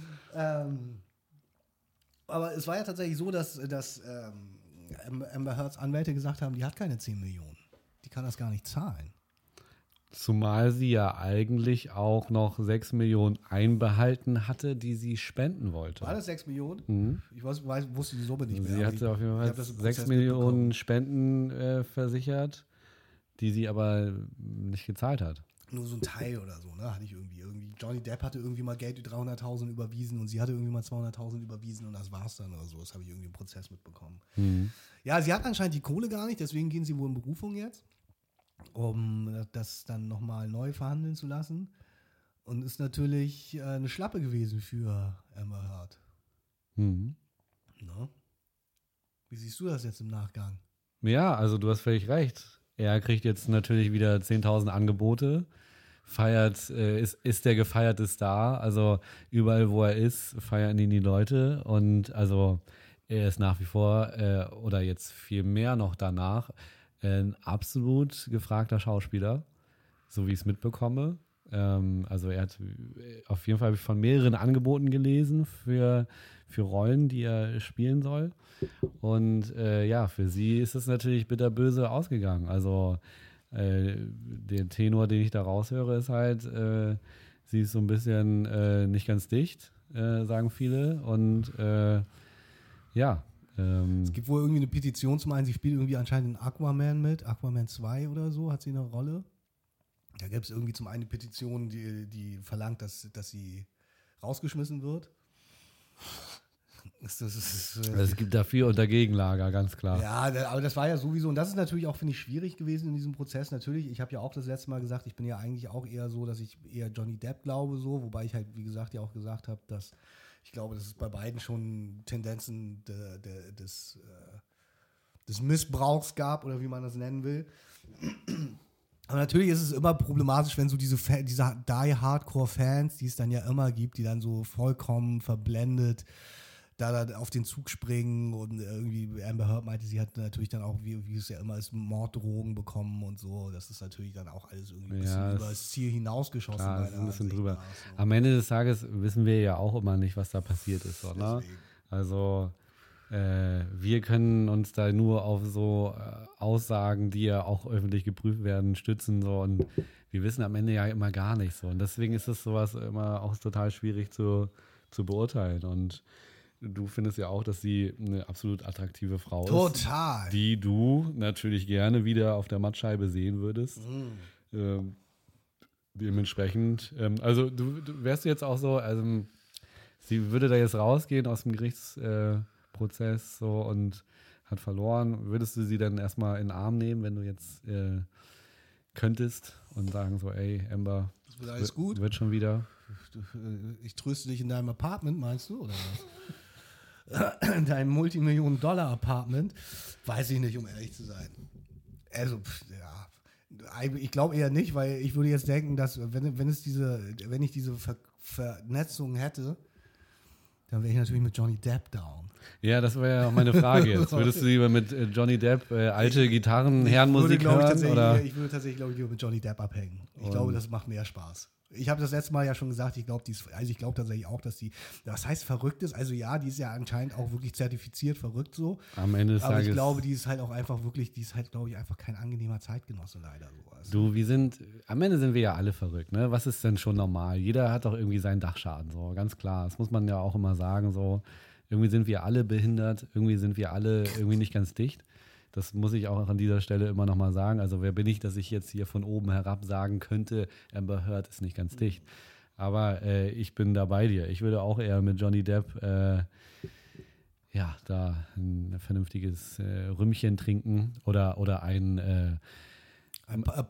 aber es war ja tatsächlich so, dass Amber Heards Anwälte gesagt haben, die hat keine 10 Millionen. Die kann das gar nicht zahlen. Zumal sie ja eigentlich auch noch 6 Millionen einbehalten hatte, die sie spenden wollte. War das 6 Millionen? Mhm. Ich wusste die Summe nicht mehr. Sie aber hatte auf jeden ich Fall hab das im 6 Prozess Millionen mitbekommen. Spenden versichert, die sie aber nicht gezahlt hat. Nur so ein Teil oder so, ne? Hatte ich irgendwie. Johnny Depp hatte irgendwie mal Geld 300.000 überwiesen und sie hatte irgendwie mal 200.000 überwiesen und das war's dann oder so. Das habe ich irgendwie im Prozess mitbekommen. Mhm. Ja, sie hat anscheinend die Kohle gar nicht, deswegen gehen sie wohl in Berufung jetzt, um das dann nochmal neu verhandeln zu lassen. Und ist natürlich eine Schlappe gewesen für Amber Heard. Mhm. Ne? Wie siehst du das jetzt im Nachgang? Ja, also du hast völlig recht. Er kriegt jetzt natürlich wieder 10.000 Angebote, ist der gefeierte Star. Also überall, wo er ist, feiern ihn die Leute. Und also er ist nach wie vor, oder jetzt viel mehr noch danach, ein absolut gefragter Schauspieler, so wie ich es mitbekomme. Also er hat auf jeden Fall von mehreren Angeboten gelesen für Rollen, die er spielen soll. Und ja, für sie ist es natürlich bitterböse ausgegangen. Also der Tenor, den ich da raushöre, ist halt, sie ist so ein bisschen nicht ganz dicht, sagen viele. Und ja. Es gibt wohl irgendwie eine Petition zum einen, sie spielt irgendwie anscheinend in Aquaman mit, Aquaman 2 oder so, hat sie eine Rolle. Da gibt es irgendwie zum einen eine Petition, die verlangt, dass sie rausgeschmissen wird. Es gibt dafür und Dagegenlager, ganz klar. Ja, aber das war ja sowieso, und das ist natürlich auch, finde ich, schwierig gewesen in diesem Prozess. Natürlich, ich habe ja auch das letzte Mal gesagt, ich bin ja eigentlich auch eher so, dass ich eher Johnny Depp glaube, so, wobei ich halt, wie gesagt, ja auch gesagt habe, dass ich glaube, dass es bei beiden schon Tendenzen des Missbrauchs gab, oder wie man das nennen will. Aber natürlich ist es immer problematisch, wenn so diese Die-Hardcore-Fans, die es dann ja immer gibt, die dann so vollkommen verblendet da auf den Zug springen, und irgendwie Amber Heard meinte, sie hat natürlich dann auch, wie es ja immer ist, Morddrogen bekommen und so. Das ist natürlich dann auch alles irgendwie ein bisschen über das Ziel hinausgeschossen. Klar, das ist ein bisschen drüber. So. Am Ende des Tages wissen wir ja auch immer nicht, was da passiert ist. So, ne? Also wir können uns da nur auf so Aussagen, die ja auch öffentlich geprüft werden, stützen. So, und wir wissen am Ende ja immer gar nicht so. Und deswegen ist es sowas immer auch total schwierig zu beurteilen. Und du findest ja auch, dass sie eine absolut attraktive Frau ist. Total. Die du natürlich gerne wieder auf der Mattscheibe sehen würdest. Dementsprechend, also du wärst jetzt auch so, also sie würde da jetzt rausgehen aus dem Gerichtsprozess so und hat verloren. Würdest du sie dann erstmal in den Arm nehmen, wenn du jetzt könntest und sagen so, ey, Amber, das wird alles gut. Wird schon wieder. Ich tröste dich in deinem Apartment, meinst du, oder was? In deinem Multimillionen-Dollar-Apartment, weiß ich nicht, um ehrlich zu sein. Also, ja, ich glaube eher nicht, weil ich würde jetzt denken, dass wenn ich diese Vernetzung hätte, dann wäre ich natürlich mit Johnny Depp down. Ja, das wäre ja auch meine Frage jetzt. Würdest du lieber mit Johnny Depp alte Gitarren-Herrenmusik hören? Ich würde tatsächlich, glaube ich, lieber mit Johnny Depp abhängen. Ich glaube, das macht mehr Spaß. Ich habe das letzte Mal ja schon gesagt, ich glaube tatsächlich auch, dass die, was heißt verrückt ist, also ja, die ist ja anscheinend auch wirklich zertifiziert verrückt so. Am Ende des Tages. Aber ich glaube, die ist halt auch einfach wirklich, glaube ich, einfach kein angenehmer Zeitgenosse leider. Sowas. Am Ende sind wir ja alle verrückt, ne? Was ist denn schon normal? Jeder hat doch irgendwie seinen Dachschaden, so, ganz klar. Das muss man ja auch immer sagen, so. Irgendwie sind wir alle behindert, irgendwie sind wir alle irgendwie nicht ganz dicht. Das muss ich auch an dieser Stelle immer nochmal sagen. Also wer bin ich, dass ich jetzt hier von oben herab sagen könnte, Amber Heard ist nicht ganz dicht. Aber ich bin da bei dir. Ich würde auch eher mit Johnny Depp da ein vernünftiges Rümmchen trinken oder ein mega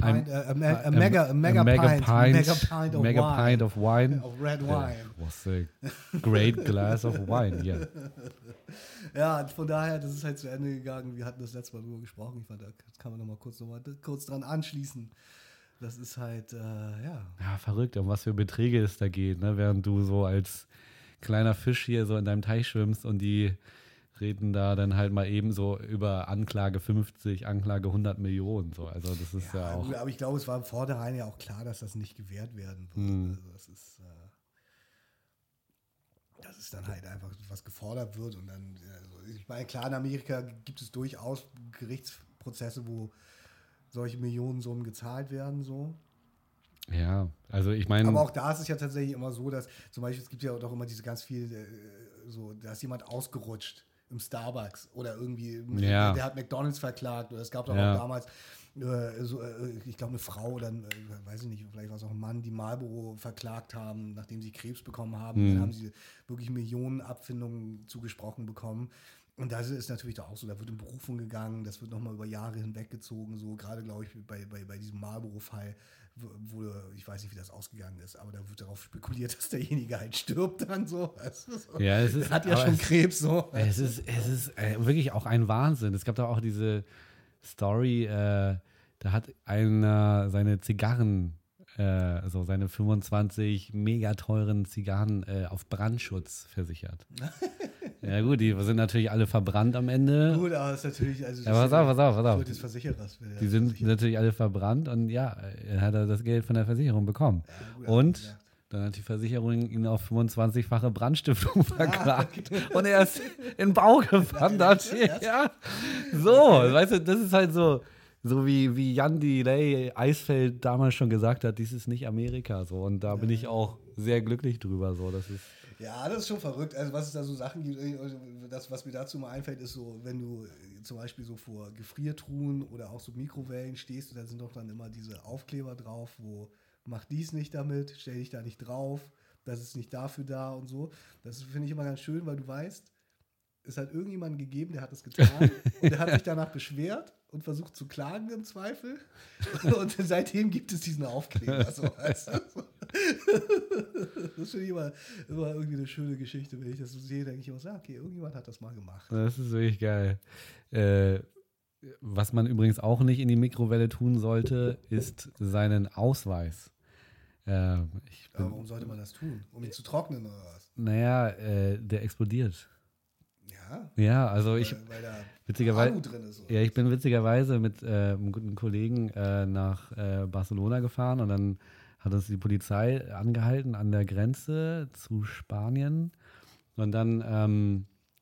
pint of wine. Of red wine. Was a great glass of wine, yeah. Ja, von daher, das ist halt zu Ende gegangen. Wir hatten das letzte Mal drüber gesprochen. Ich fand, da kann man noch mal kurz dran anschließen. Das ist halt, ja. Ja, verrückt, um was für Beträge es da geht, ne? Während du so als kleiner Fisch hier so in deinem Teich schwimmst und die reden da dann halt mal eben so über Anklage 50, Anklage 100 Millionen. So. Also das ist ja auch... Aber ich glaube, es war im Vornherein ja auch klar, dass das nicht gewährt werden wird. Also das ist dann halt einfach, was gefordert wird. Und dann, ich meine, klar, in Amerika gibt es durchaus Gerichtsprozesse, wo solche Millionensummen gezahlt werden, so. Ja, also ich meine... Aber auch da ist es ja tatsächlich immer so, dass zum Beispiel, es gibt ja auch immer diese ganz viel, so, da ist jemand ausgerutscht im Starbucks oder irgendwie, der hat McDonald's verklagt, oder es gab doch auch damals ich glaube eine Frau oder weiß ich nicht, vielleicht war es auch ein Mann, die Marlboro verklagt haben, nachdem sie Krebs bekommen haben. Dann haben sie wirklich Millionen Abfindungen zugesprochen bekommen. Und das ist natürlich da auch so, da wird in Berufung gegangen, das wird nochmal über Jahre hinweggezogen, so gerade, glaube ich, bei diesem Marlboro-Fall, wo, ich weiß nicht, wie das ausgegangen ist, aber da wird darauf spekuliert, dass derjenige halt stirbt dann so. Ja, es ist, hat ja schon Krebs so. Es ist wirklich auch ein Wahnsinn. Es gab da auch diese Story, da hat einer seine Zigarren, seine 25 mega teuren Zigarren auf Brandschutz versichert. Ja gut, die sind natürlich alle verbrannt am Ende. Gut, aber das ist natürlich... Also ja, pass auf. Des Versicherers. Die sind natürlich alle verbrannt und ja, er hat das Geld von der Versicherung bekommen. Ja, gut, und dann hat die Versicherung ihn auf 25-fache Brandstiftung verklagt. Okay. Und er ist in den Bau gewandert. Ja. So, weißt du, das ist halt so wie Jan Delay Eisfeld damals schon gesagt hat, dies ist nicht Amerika. So. Und da bin ich auch sehr glücklich drüber. So. Das ist das ist schon verrückt. Also was es da so Sachen gibt, das, was mir dazu mal einfällt, ist so, wenn du zum Beispiel so vor Gefriertruhen oder auch so Mikrowellen stehst, da sind doch dann immer diese Aufkleber drauf, wo mach dies nicht damit, stell dich da nicht drauf. das ist nicht dafür da und so. Das finde ich immer ganz schön, weil du weißt, es hat irgendjemanden gegeben, der hat es getan und der hat sich danach beschwert und versucht zu klagen im Zweifel. Und seitdem gibt es diesen Aufkleber. So, weißt du? Das finde ich immer irgendwie eine schöne Geschichte. Wenn ich das so sehe, denke ich immer so, okay, irgendjemand hat das mal gemacht. Das ist wirklich geil. Was man übrigens auch nicht in die Mikrowelle tun sollte, ist seinen Ausweis. Warum sollte man das tun? Um ihn zu trocknen oder was? Naja, der explodiert. Ja? Ja, also Weil da witzigerweise, Alu drin ist. Oder? ja, ich bin witzigerweise mit einem guten Kollegen nach Barcelona gefahren und dann hat uns die Polizei angehalten an der Grenze zu Spanien und dann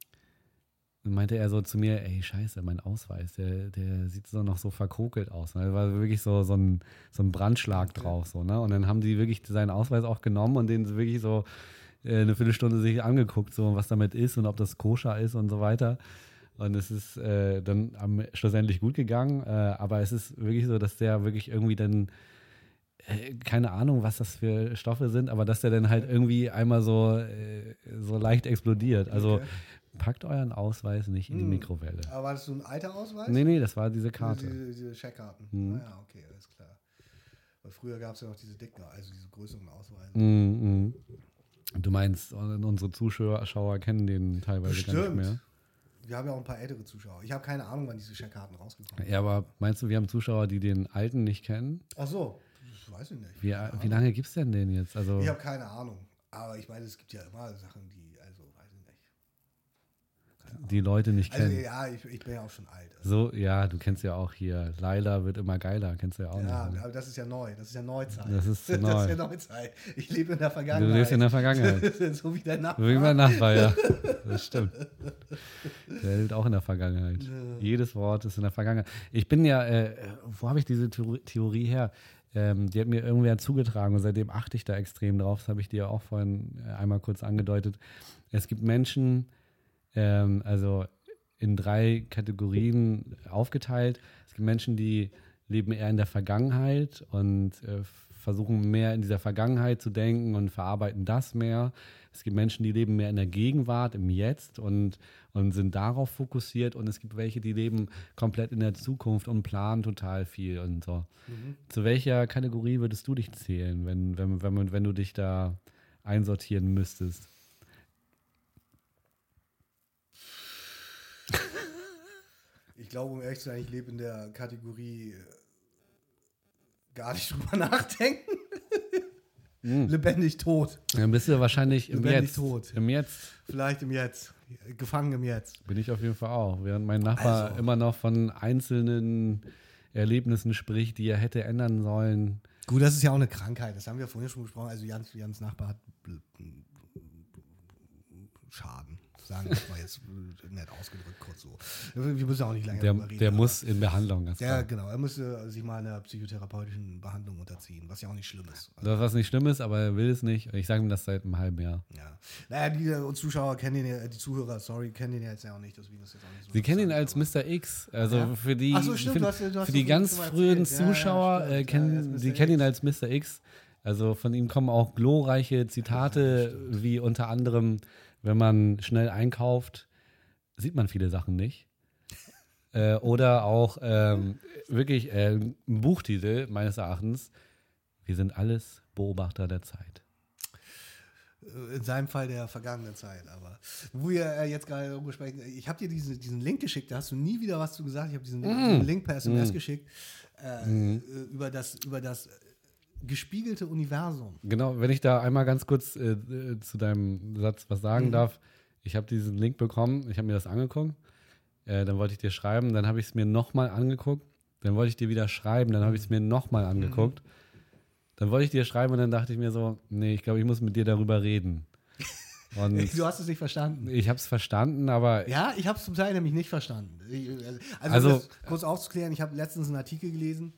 meinte er so zu mir, ey, scheiße, mein Ausweis, der sieht so noch so verkokelt aus. Ne? Da war wirklich so ein Brandschlag drauf. So, ne? Und dann haben die wirklich seinen Ausweis auch genommen und den wirklich so eine Viertelstunde sich angeguckt, so was damit ist und ob das koscher ist und so weiter. Und es ist dann schlussendlich gut gegangen, aber es ist wirklich so, dass der wirklich irgendwie dann keine Ahnung, was das für Stoffe sind, aber dass der dann halt irgendwie einmal so leicht explodiert. Also packt euren Ausweis nicht in die Mikrowelle. Aber war das so ein alter Ausweis? Nee, das war diese Karte. Diese Scheckkarten. Ja, okay, alles klar. Weil früher gab es ja noch diese dicken, also diese größeren Ausweise. Du meinst, unsere Zuschauer kennen den teilweise gar nicht mehr. Wir haben ja auch ein paar ältere Zuschauer. Ich habe keine Ahnung, wann diese Scheckkarten rausgekommen sind. Ja, aber meinst du, wir haben Zuschauer, die den alten nicht kennen? Ach so, das weiß ich nicht. Wie lange gibt es denn den jetzt? Also, ich habe keine Ahnung. Aber ich meine, es gibt ja immer Sachen, die, also weiß ich nicht. Die Leute nicht kennen. Also ja, ich bin ja auch schon alt. So, ja, du kennst ja auch hier, Laila wird immer geiler, kennst du ja auch nicht. Ja, Ne? aber das ist ja neu, das ist ja Neuzeit. Das ist neu. Das ist ja Neuzeit. Ich lebe in der Vergangenheit. Du lebst in der Vergangenheit. So wie dein Nachbar. Wie mein Nachbar, ja. Das stimmt. Der lebt auch in der Vergangenheit. Ja. Jedes Wort ist in der Vergangenheit. Ich bin ja, wo habe ich diese Theorie her? Die hat mir irgendwer zugetragen und seitdem achte ich da extrem drauf. Das habe ich dir auch vorhin einmal kurz angedeutet. Es gibt Menschen, also in 3 Kategorien aufgeteilt. Es gibt Menschen, die leben eher in der Vergangenheit und versuchen mehr in dieser Vergangenheit zu denken und verarbeiten das mehr. Es gibt Menschen, die leben mehr in der Gegenwart, im Jetzt und sind darauf fokussiert. Und es gibt welche, die leben komplett in der Zukunft und planen total viel und so. Zu welcher Kategorie würdest du dich zählen, wenn du dich da einsortieren müsstest? Ich glaube, um ehrlich zu sein, ich lebe in der Kategorie gar nicht drüber nachdenken. Lebendig tot. Dann bist du wahrscheinlich im Lebendig Jetzt. tot. Im Jetzt. Vielleicht im Jetzt. Gefangen im Jetzt. Bin ich auf jeden Fall auch. Während mein Nachbar immer noch von einzelnen Erlebnissen spricht, die er hätte ändern sollen. Gut, das ist ja auch eine Krankheit. Das haben wir vorhin schon besprochen. Also Jans Nachbar hat Schaden. Sagen wir mal jetzt nett ausgedrückt, kurz so. Wir müssen auch nicht lange darüber reden. Der muss in Behandlung. Ganz klar. Genau. Er müsste sich mal einer psychotherapeutischen Behandlung unterziehen, was ja auch nicht schlimm ist. Also, was nicht schlimm ist, aber er will es nicht. Ich sage ihm das seit einem halben Jahr. Ja. Naja, die Zuschauer kennen den ja, die Zuhörer, kennen den ja jetzt ja auch nicht, deswegen ist das auch nicht so. Sie kennen ihn als Mr. X. Also ja? für die, so, stimmt, du hast für die ganz frühen Zuschauer, kennen ihn als Mr. X. Also von ihm kommen auch glorreiche Zitate, wie unter anderem, wenn man schnell einkauft, sieht man viele Sachen nicht. Oder auch wirklich ein Buchtitel meines Erachtens, wir sind alles Beobachter der Zeit. In seinem Fall der vergangenen Zeit, aber wo wir jetzt gerade darüber sprechen, ich habe dir diesen Link geschickt, da hast du nie wieder was zu gesagt, ich habe diesen Link per SMS geschickt, über das gespiegelte Universum. Genau, wenn ich da einmal ganz kurz zu deinem Satz was sagen darf. Ich habe diesen Link bekommen, ich habe mir das angeguckt, dann wollte ich dir schreiben, dann habe ich es mir nochmal angeguckt, dann wollte ich dir wieder schreiben, dann habe ich es mir nochmal angeguckt, dann wollte ich dir schreiben und dann dachte ich mir so, nee, ich glaube, ich muss mit dir darüber reden. Und du hast es nicht verstanden. Ich habe es verstanden, aber... Ja, ich habe es zum Teil nämlich nicht verstanden. Also um das kurz aufzuklären, ich habe letztens einen Artikel gelesen,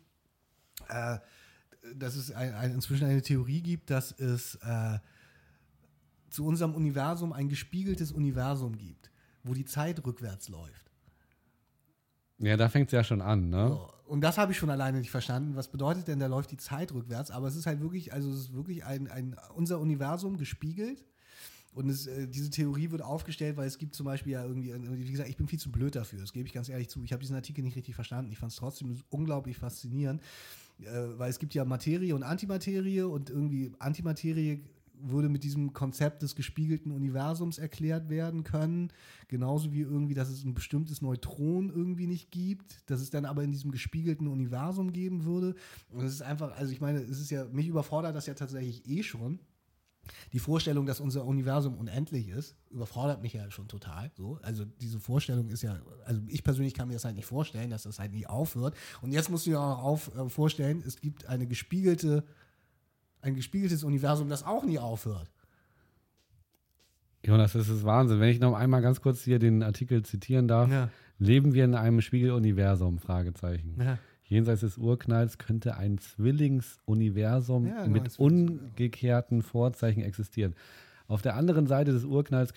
dass es inzwischen eine Theorie gibt, dass es zu unserem Universum ein gespiegeltes Universum gibt, wo die Zeit rückwärts läuft. Ja, da fängt es ja schon an, ne? So. Und das habe ich schon alleine nicht verstanden. Was bedeutet denn, da läuft die Zeit rückwärts? Aber es ist halt wirklich, also es ist wirklich unser Universum gespiegelt. Und diese Theorie wird aufgestellt, weil es gibt zum Beispiel ja irgendwie, wie gesagt, ich bin viel zu blöd dafür, das gebe ich ganz ehrlich zu. Ich habe diesen Artikel nicht richtig verstanden. Ich fand es trotzdem unglaublich faszinierend, weil es gibt ja Materie und Antimaterie und irgendwie Antimaterie würde mit diesem Konzept des gespiegelten Universums erklärt werden können. Genauso wie irgendwie, dass es ein bestimmtes Neutron irgendwie nicht gibt, dass es dann aber in diesem gespiegelten Universum geben würde. Und es ist einfach, also ich meine, es ist ja, mich überfordert das ja tatsächlich schon. Die Vorstellung, dass unser Universum unendlich ist, überfordert mich ja schon total. So. Also diese Vorstellung ist ja, also ich persönlich kann mir das halt nicht vorstellen, dass das halt nie aufhört. Und jetzt musst du dir auch vorstellen, es gibt ein gespiegeltes Universum, das auch nie aufhört. Jonas, das ist Wahnsinn. Wenn ich noch einmal ganz kurz hier den Artikel zitieren darf. Ja. Leben wir in einem Spiegeluniversum? Fragezeichen. Ja. Jenseits des Urknalls könnte ein Zwillingsuniversum mit umgekehrten Vorzeichen existieren. Auf der anderen Seite des Urknalls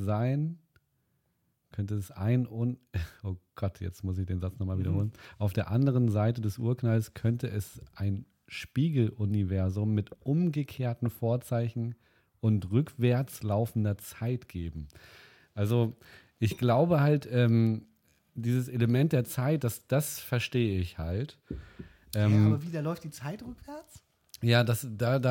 oh Gott, jetzt muss ich den Satz nochmal wiederholen. Auf der anderen Seite des Urknalls könnte es ein Spiegeluniversum mit umgekehrten Vorzeichen und rückwärts laufender Zeit geben. Also ich glaube halt, dieses Element der Zeit, das verstehe ich halt. Aber wie, da läuft die Zeit rückwärts? Ja, eins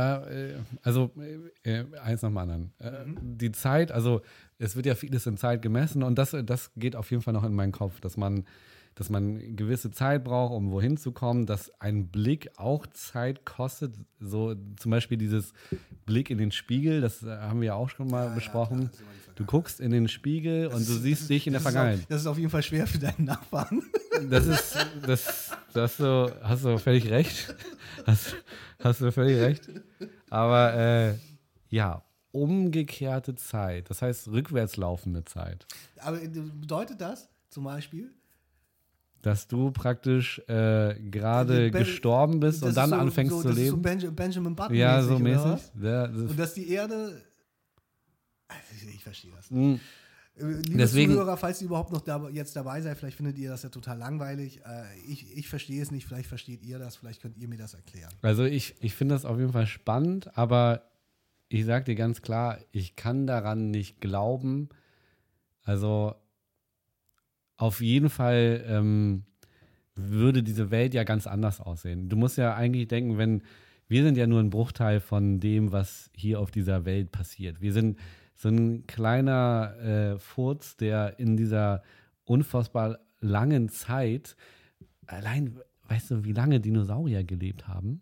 nach dem anderen. Die Zeit, also es wird ja vieles in Zeit gemessen und das geht auf jeden Fall noch in meinen Kopf, dass man gewisse Zeit braucht, um wohin zu kommen, dass ein Blick auch Zeit kostet. So zum Beispiel dieses Blick in den Spiegel, das haben wir ja auch schon mal besprochen. Klar, du guckst in den Spiegel und du siehst dich in der Vergangenheit. Das ist auf jeden Fall schwer für deinen Nachbarn. Hast du völlig recht. Hast du völlig recht. Aber ja, umgekehrte Zeit, das heißt rückwärts laufende Zeit. Aber bedeutet das zum Beispiel, dass du praktisch gerade gestorben bist und dann anfängst zu leben? Das ist so Benjamin Button. Ja, so mäßig. Ja, und dass die Erde. Ich verstehe das. Liebe Deswegen, Zuhörer, falls ihr überhaupt noch jetzt dabei seid, vielleicht findet ihr das ja total langweilig. Ich verstehe es nicht, vielleicht versteht ihr das, vielleicht könnt ihr mir das erklären. Also ich finde das auf jeden Fall spannend, aber ich sage dir ganz klar, ich kann daran nicht glauben. Also auf jeden Fall würde diese Welt ja ganz anders aussehen. Du musst ja eigentlich denken, wir sind ja nur ein Bruchteil von dem, was hier auf dieser Welt passiert. Wir sind so ein kleiner Furz, der in dieser unfassbar langen Zeit, allein, weißt du, wie lange Dinosaurier gelebt haben?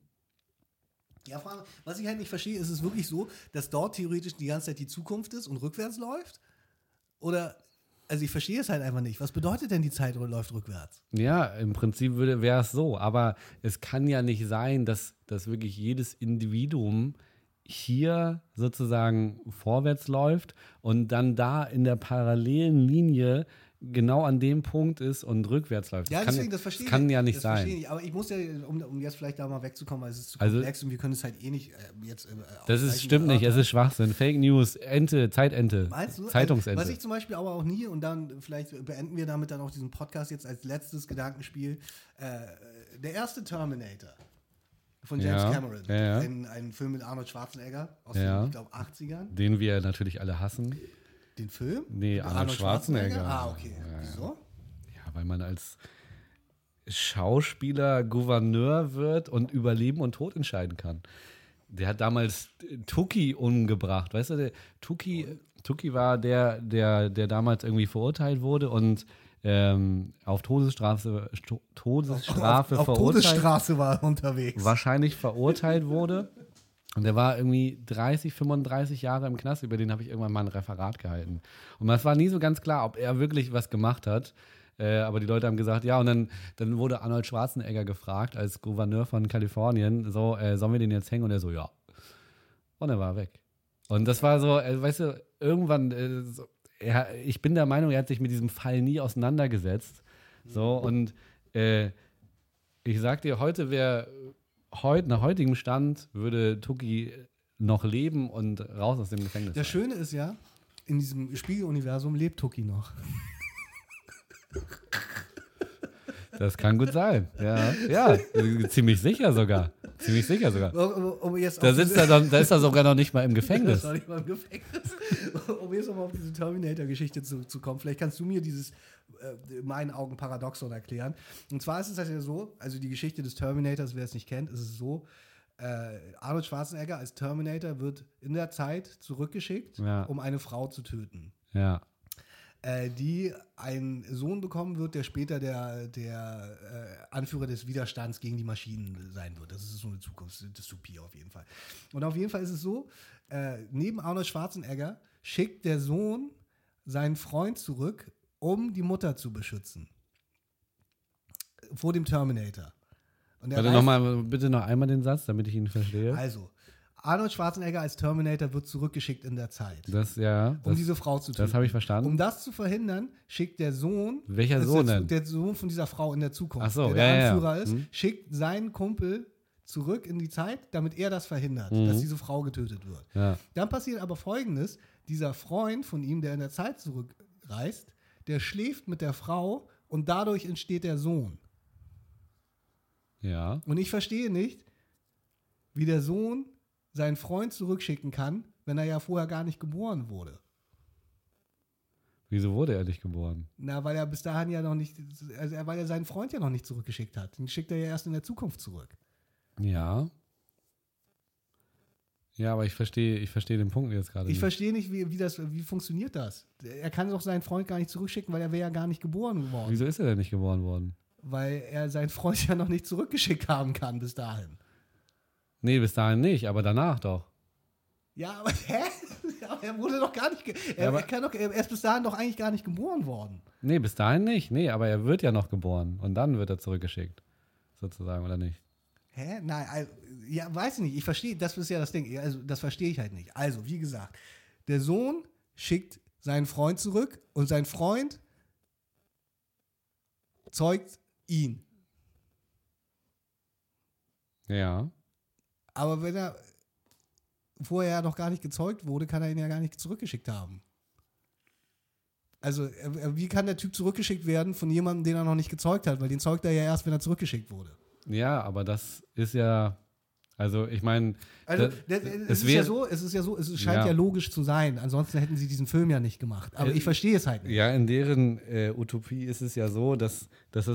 Ja, was ich halt nicht verstehe, ist es wirklich so, dass dort theoretisch die ganze Zeit die Zukunft ist und rückwärts läuft? Oder, also ich verstehe es halt einfach nicht. Was bedeutet denn die Zeit läuft rückwärts? Ja, im Prinzip wäre es so, aber es kann ja nicht sein, dass wirklich jedes Individuum hier sozusagen vorwärts läuft und dann da in der parallelen Linie genau an dem Punkt ist und rückwärts läuft. Ja, deswegen, das verstehe ich. Das kann ja nicht sein. Ich. Aber ich muss ja, um jetzt vielleicht da mal wegzukommen, weil es ist zu komplex und wir können es halt eh nicht jetzt stimmt nicht, es ist Schwachsinn. Fake News, Zeitente, Meinst du? Zeitungsente. Was ich zum Beispiel aber auch nie, und dann vielleicht beenden wir damit dann auch diesen Podcast jetzt als letztes Gedankenspiel, der erste Terminator von James Cameron. Ein Film mit Arnold Schwarzenegger aus den, ich glaube, 80ern. Den wir natürlich alle hassen. Den Film? Nee, Arnold Schwarzenegger. Ah, okay. Wieso? Ja, weil man als Schauspieler Gouverneur wird und über Leben und Tod entscheiden kann. Der hat damals Tuki umgebracht. Weißt du, Tuki war der damals irgendwie verurteilt wurde und auf Todesstrafe verurteilt. Auf Todesstrafe war unterwegs. Wahrscheinlich verurteilt wurde. Und der war irgendwie 30, 35 Jahre im Knast. Über den habe ich irgendwann mal ein Referat gehalten. Und es war nie so ganz klar, ob er wirklich was gemacht hat. Aber die Leute haben gesagt, ja. Und dann wurde Arnold Schwarzenegger gefragt als Gouverneur von Kalifornien, so, sollen wir den jetzt hängen? Und er so, ja. Und er war weg. Und das war so, weißt du, irgendwann, ich bin der Meinung, er hat sich mit diesem Fall nie auseinandergesetzt. So, und ich sag dir, nach heutigem Stand würde Tuki noch leben und raus aus dem Gefängnis. Das Schöne ist ja, in diesem Spiegeluniversum lebt Tuki noch. Das kann gut sein. Ja, ja, ziemlich sicher sogar. Ziemlich sicher sogar. Da ist er sogar noch nicht mal im Gefängnis. Das ist noch nicht mal im Gefängnis. Um jetzt nochmal auf diese Terminator-Geschichte zu kommen, vielleicht kannst du mir dieses in meinen Augen Paradoxon erklären. Und zwar ist es halt ja so, also die Geschichte des Terminators, wer es nicht kennt, ist es so, Arnold Schwarzenegger als Terminator wird in der Zeit zurückgeschickt, um eine Frau zu töten. Ja. Die einen Sohn bekommen wird, der später der Anführer des Widerstands gegen die Maschinen sein wird. Das ist so eine Zukunftsdystopie auf jeden Fall. Und auf jeden Fall ist es so, neben Arnold Schwarzenegger schickt der Sohn seinen Freund zurück, um die Mutter zu beschützen. Vor dem Terminator. Und bitte noch einmal den Satz, damit ich ihn verstehe. Also, Arnold Schwarzenegger als Terminator wird zurückgeschickt in der Zeit. Um diese Frau zu töten. Das habe ich verstanden. Um das zu verhindern, schickt der Sohn. Welcher Sohn denn? Der Sohn von dieser Frau in der Zukunft, der Anführer ist, schickt seinen Kumpel zurück in die Zeit, damit er das verhindert, dass diese Frau getötet wird. Ja. Dann passiert aber Folgendes: Dieser Freund von ihm, der in der Zeit zurückreist, der schläft mit der Frau und dadurch entsteht der Sohn. Ja. Und ich verstehe nicht, wie der Sohn seinen Freund zurückschicken kann, wenn er ja vorher gar nicht geboren wurde. Wieso wurde er nicht geboren? Na, weil er bis dahin ja noch nicht, weil er seinen Freund ja noch nicht zurückgeschickt hat. Den schickt er ja erst in der Zukunft zurück. Ja. Ja, aber ich verstehe den Punkt jetzt gerade nicht. Ich verstehe nicht, wie funktioniert das? Er kann doch seinen Freund gar nicht zurückschicken, weil er wäre ja gar nicht geboren geworden. Wieso ist er denn nicht geboren worden? Weil er seinen Freund ja noch nicht zurückgeschickt haben kann bis dahin. Nee, bis dahin nicht, aber danach doch. Ja, aber er wurde doch gar nicht. Er ist bis dahin doch eigentlich gar nicht geboren worden. Nee, bis dahin nicht. Nee, aber er wird ja noch geboren und dann wird er zurückgeschickt. Sozusagen, oder nicht? Hä? Nein, also, ja, weiß ich nicht. Ich verstehe, das ist ja das Ding. Also, das verstehe ich halt nicht. Also, wie gesagt, der Sohn schickt seinen Freund zurück und sein Freund zeugt ihn. Ja. Aber wenn er vorher noch gar nicht gezeugt wurde, kann er ihn ja gar nicht zurückgeschickt haben. Also, wie kann der Typ zurückgeschickt werden von jemandem, den er noch nicht gezeugt hat? Weil den zeugt er ja erst, wenn er zurückgeschickt wurde. Ja, aber das ist ja, also ich meine, es scheint ja logisch zu sein. Ansonsten hätten sie diesen Film ja nicht gemacht. Aber ich verstehe es halt nicht. Ja, in deren Utopie ist es ja so, dass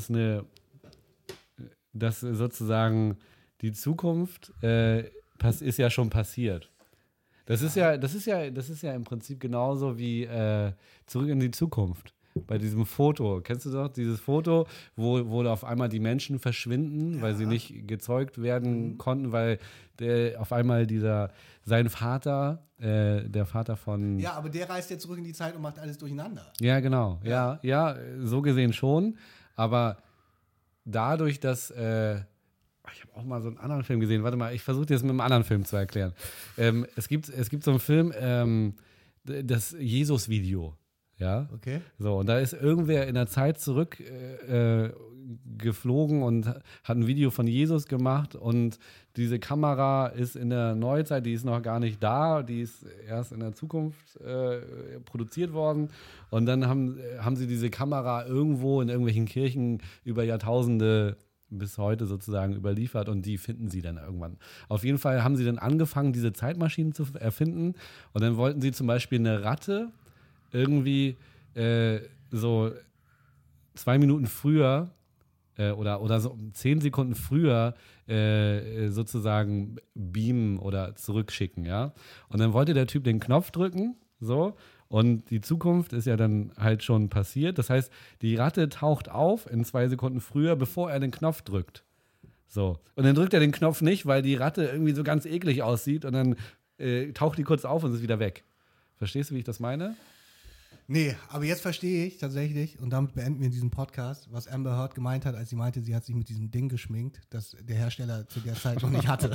sozusagen die Zukunft ist ja schon passiert. Das ist ja im Prinzip genauso wie Zurück in die Zukunft. Bei diesem Foto, kennst du doch dieses Foto, wo auf einmal die Menschen verschwinden, weil sie nicht gezeugt werden konnten, weil auf einmal sein Vater, der Vater von... Ja, aber der reist ja zurück in die Zeit und macht alles durcheinander. Ja, genau. Ja, so gesehen schon. Aber dadurch, dass... ich habe auch mal so einen anderen Film gesehen. Warte mal, ich versuche dir das mit einem anderen Film zu erklären. Es gibt so einen Film, das Jesus-Video. Ja, okay. So, und da ist irgendwer in der Zeit zurück geflogen und hat ein Video von Jesus gemacht und diese Kamera ist in der Neuzeit, die ist noch gar nicht da, die ist erst in der Zukunft produziert worden und dann haben sie diese Kamera irgendwo in irgendwelchen Kirchen über Jahrtausende bis heute sozusagen überliefert und die finden sie dann irgendwann. Auf jeden Fall haben sie dann angefangen, diese Zeitmaschinen zu erfinden und dann wollten sie zum Beispiel eine Ratte irgendwie so 2 Minuten früher oder so 10 Sekunden früher sozusagen beamen oder zurückschicken, ja. Und dann wollte der Typ den Knopf drücken, so, und die Zukunft ist ja dann halt schon passiert. Das heißt, die Ratte taucht auf in 2 Sekunden früher, bevor er den Knopf drückt. So. Und dann drückt er den Knopf nicht, weil die Ratte irgendwie so ganz eklig aussieht und dann taucht die kurz auf und ist wieder weg. Verstehst du, wie ich das meine? Nee, aber jetzt verstehe ich tatsächlich, und damit beenden wir diesen Podcast, was Amber Heard gemeint hat, als sie meinte, sie hat sich mit diesem Ding geschminkt, das der Hersteller zu der Zeit noch nicht hatte.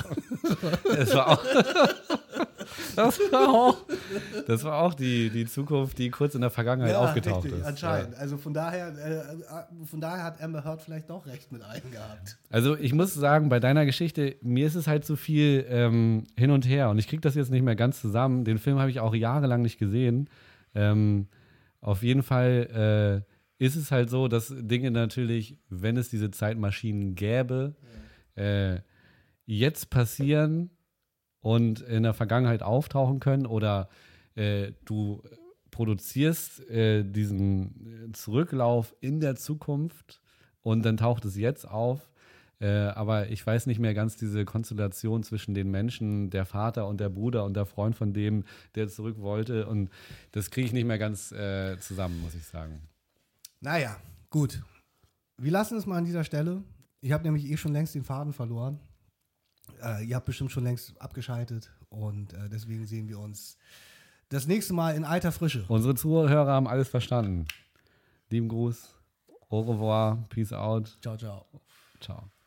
Das war auch die Zukunft, die kurz in der Vergangenheit aufgetaucht richtig, ist. Anscheinend. Ja. Also von daher hat Amber Heard vielleicht doch recht mit allen gehabt. Also ich muss sagen, bei deiner Geschichte, mir ist es halt so viel hin und her und ich kriege das jetzt nicht mehr ganz zusammen. Den Film habe ich auch jahrelang nicht gesehen. Auf jeden Fall ist es halt so, dass Dinge natürlich, wenn es diese Zeitmaschinen gäbe, jetzt passieren und in der Vergangenheit auftauchen können oder du produzierst diesen Zurücklauf in der Zukunft und dann taucht es jetzt auf. Aber ich weiß nicht mehr ganz diese Konstellation zwischen den Menschen, der Vater und der Bruder und der Freund von dem, der zurück wollte. Und das kriege ich nicht mehr ganz zusammen, muss ich sagen. Naja, gut. Wir lassen es mal an dieser Stelle. Ich habe nämlich schon längst den Faden verloren. Ihr habt bestimmt schon längst abgeschaltet und deswegen sehen wir uns das nächste Mal in alter Frische. Unsere Zuhörer haben alles verstanden. Lieben Gruß, au revoir, peace out. Ciao, ciao. Ciao.